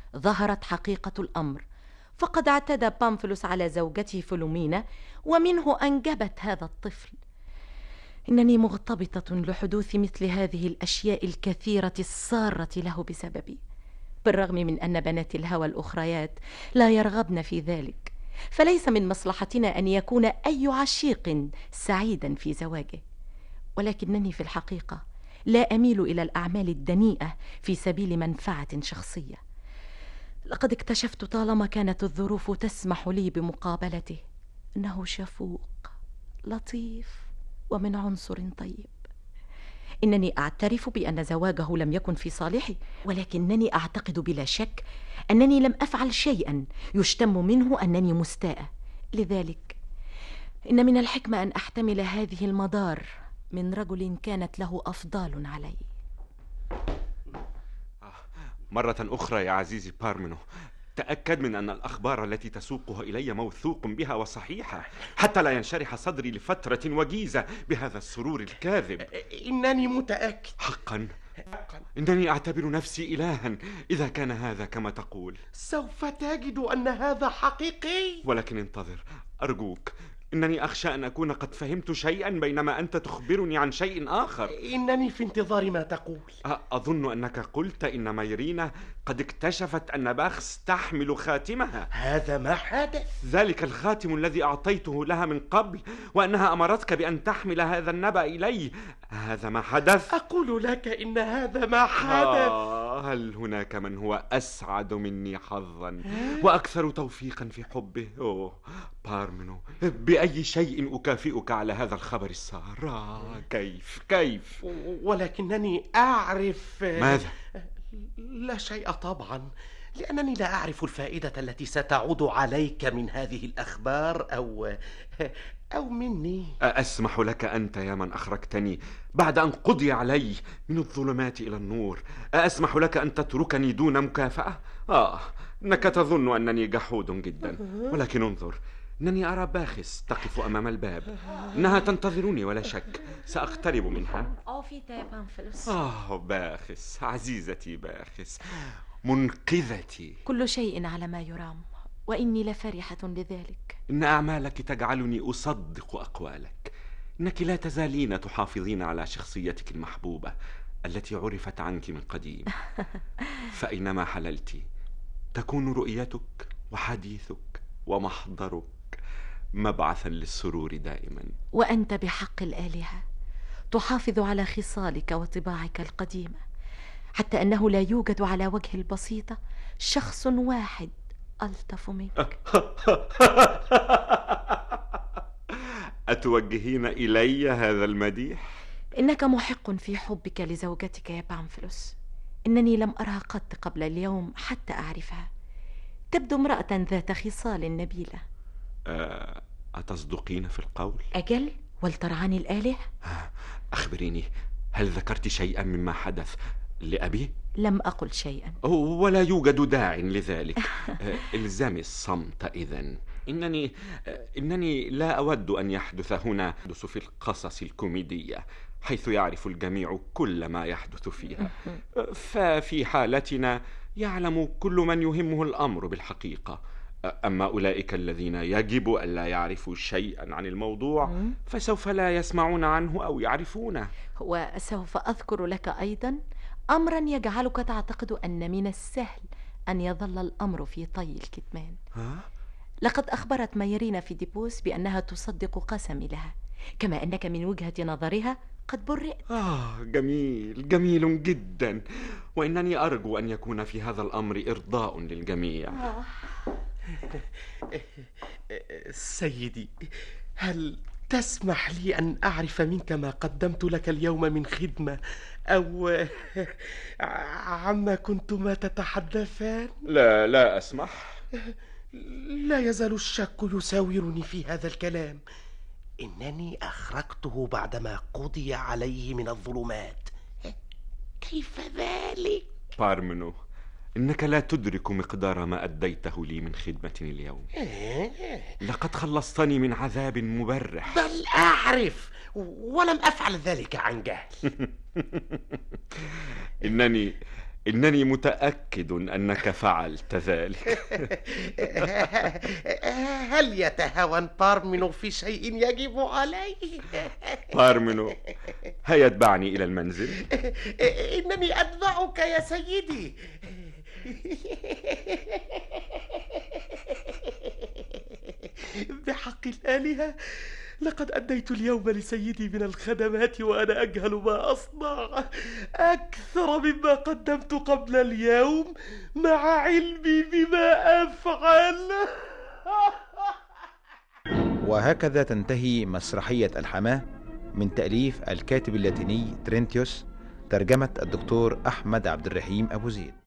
ظهرت حقيقة الأمر، فقد اعتدى بامفلوس على زوجته فلومينا، ومنه أنجبت هذا الطفل. إنني مغتبطة لحدوث مثل هذه الأشياء الكثيرة السارة له بسببي، بالرغم من أن بنات الهوى الأخريات لا يرغبن في ذلك، فليس من مصلحتنا أن يكون أي عشيق سعيدا في زواجه. ولكنني في الحقيقة لا أميل إلى الأعمال الدنيئة في سبيل منفعة شخصية. لقد اكتشفت طالما كانت الظروف تسمح لي بمقابلته أنه شفوق لطيف ومن عنصر طيب. إنني أعترف بأن زواجه لم يكن في صالحي، ولكنني أعتقد بلا شك أنني لم أفعل شيئا يشتم منه أنني مستاءة. لذلك إن من الحكمة أن أحتمل هذه المضار من رجل كانت له أفضال علي. مرة أخرى يا عزيزي بارمينو، تأكد من أن الأخبار التي تسوقها إلي موثوق بها وصحيحة، حتى لا ينشرح صدري لفترة وجيزة بهذا السرور الكاذب. إنني متأكد. حقا إنني أعتبر نفسي إلها إذا كان هذا كما تقول. سوف تجد أن هذا حقيقي. ولكن انتظر أرجوك، إنني أخشى أن أكون قد فهمت شيئا بينما أنت تخبرني عن شيء آخر. إنني في انتظار ما تقول. أظن أنك قلت إن مايرينا قد اكتشفت أن باخس تحمل خاتمها. هذا ما حدث. ذلك الخاتم الذي أعطيته لها من قبل، وأنها أمرتك بأن تحمل هذا النبأ إلي. هذا ما حدث. أقول لك إن هذا ما حدث. آه، هل هناك من هو أسعد مني حظا وأكثر توفيقا في حبه؟ أوه بارمينو، بأي شيء أكافئك على هذا الخبر السار؟ آه، كيف كيف ولكنني أعرف. ماذا؟ لا شيء طبعا، لأنني لا أعرف الفائدة التي ستعود عليك من هذه الأخبار أو أو مني. أسمح لك أنت يا من أخرجتني بعد أن قضي علي من الظلمات إلى النور، أسمح لك أن تتركني دون مكافأة؟ آه، إنك تظن أنني جحود جدا، ولكن انظر، إنني أرى باخس تقف أمام الباب. إنها تنتظرني ولا شك، سأقترب منها. أوفيتا يا بامفلوس. آه باخس، عزيزتي باخس، منقذتي. كل شيء على ما يرام، وإني لفرحة لذلك. إن أعمالك تجعلني أصدق أقوالك. إنك لا تزالين تحافظين على شخصيتك المحبوبة التي عرفت عنك من قديم. فأينما حللت تكون رؤيتك وحديثك ومحضرك مبعثا للسرور دائما. وأنت بحق الآلهة تحافظ على خصالك وطباعك القديمة، حتى أنه لا يوجد على وجه البسيطة شخص واحد ألطف منك. أتوجهين إلي هذا المديح؟ إنك محق في حبك لزوجتك يا بامفلوس. إنني لم أرها قط قبل اليوم حتى أعرفها. تبدو امرأة ذات خصال نبيلة. أه أتصدقين في القول؟ أجل، ولترعاني الآلهة. أخبريني، هل ذكرت شيئا مما حدث لأبي؟ لم أقل شيئا. ولا يوجد داع لذلك. إلزامي الصمت إذن. إنني إنني لا أود أن يحدث هنا يحدث في القصص الكوميدية، حيث يعرف الجميع كل ما يحدث فيها. ففي حالتنا يعلم كل من يهمه الأمر بالحقيقة. أما أولئك الذين يجب ألا يعرفوا شيئا عن الموضوع فسوف لا يسمعون عنه أو يعرفونه. وسوف أذكر لك أيضا أمرا يجعلك تعتقد أن من السهل أن يظل الأمر في طي الكتمان. ها؟ لقد أخبرت مايرينا في ديبوس بأنها تصدق قسمي لها، كما أنك من وجهة نظرها قد برئت. آه جميل جميل جدا، وإنني أرجو أن يكون في هذا الأمر إرضاء للجميع. آه. سيدي، هل تسمح لي أن أعرف منك ما قدمت لك اليوم من خدمة أو عما كنتما تتحدثان؟ لا لا أسمح. لا يزال الشك يساورني في هذا الكلام. إنني أخرجته بعدما قضي عليه من الظلمات. كيف ذلك؟ بارمينو، إنك لا تدرك مقدار ما أديته لي من خدمة اليوم. لقد خلصتني من عذاب مبرح. بل أعرف، ولم أفعل ذلك عن جهل. إنني إنني متأكد أنك فعلت ذلك. هل يتهاون بارمينو في شيء يجب عليه؟ بارمينو، هيا اتبعني إلى المنزل. إنني أتبعك يا سيدي. بحق الآلهة، لقد أديت اليوم لسيدي من الخدمات وأنا أجهل ما أصنع، أكثر مما قدمت قبل اليوم مع علمي بما أفعل. وهكذا تنتهي مسرحية الحماة من تأليف الكاتب اللاتيني ترينتيوس، ترجمة الدكتور أحمد عبد الرحيم أبو زيد.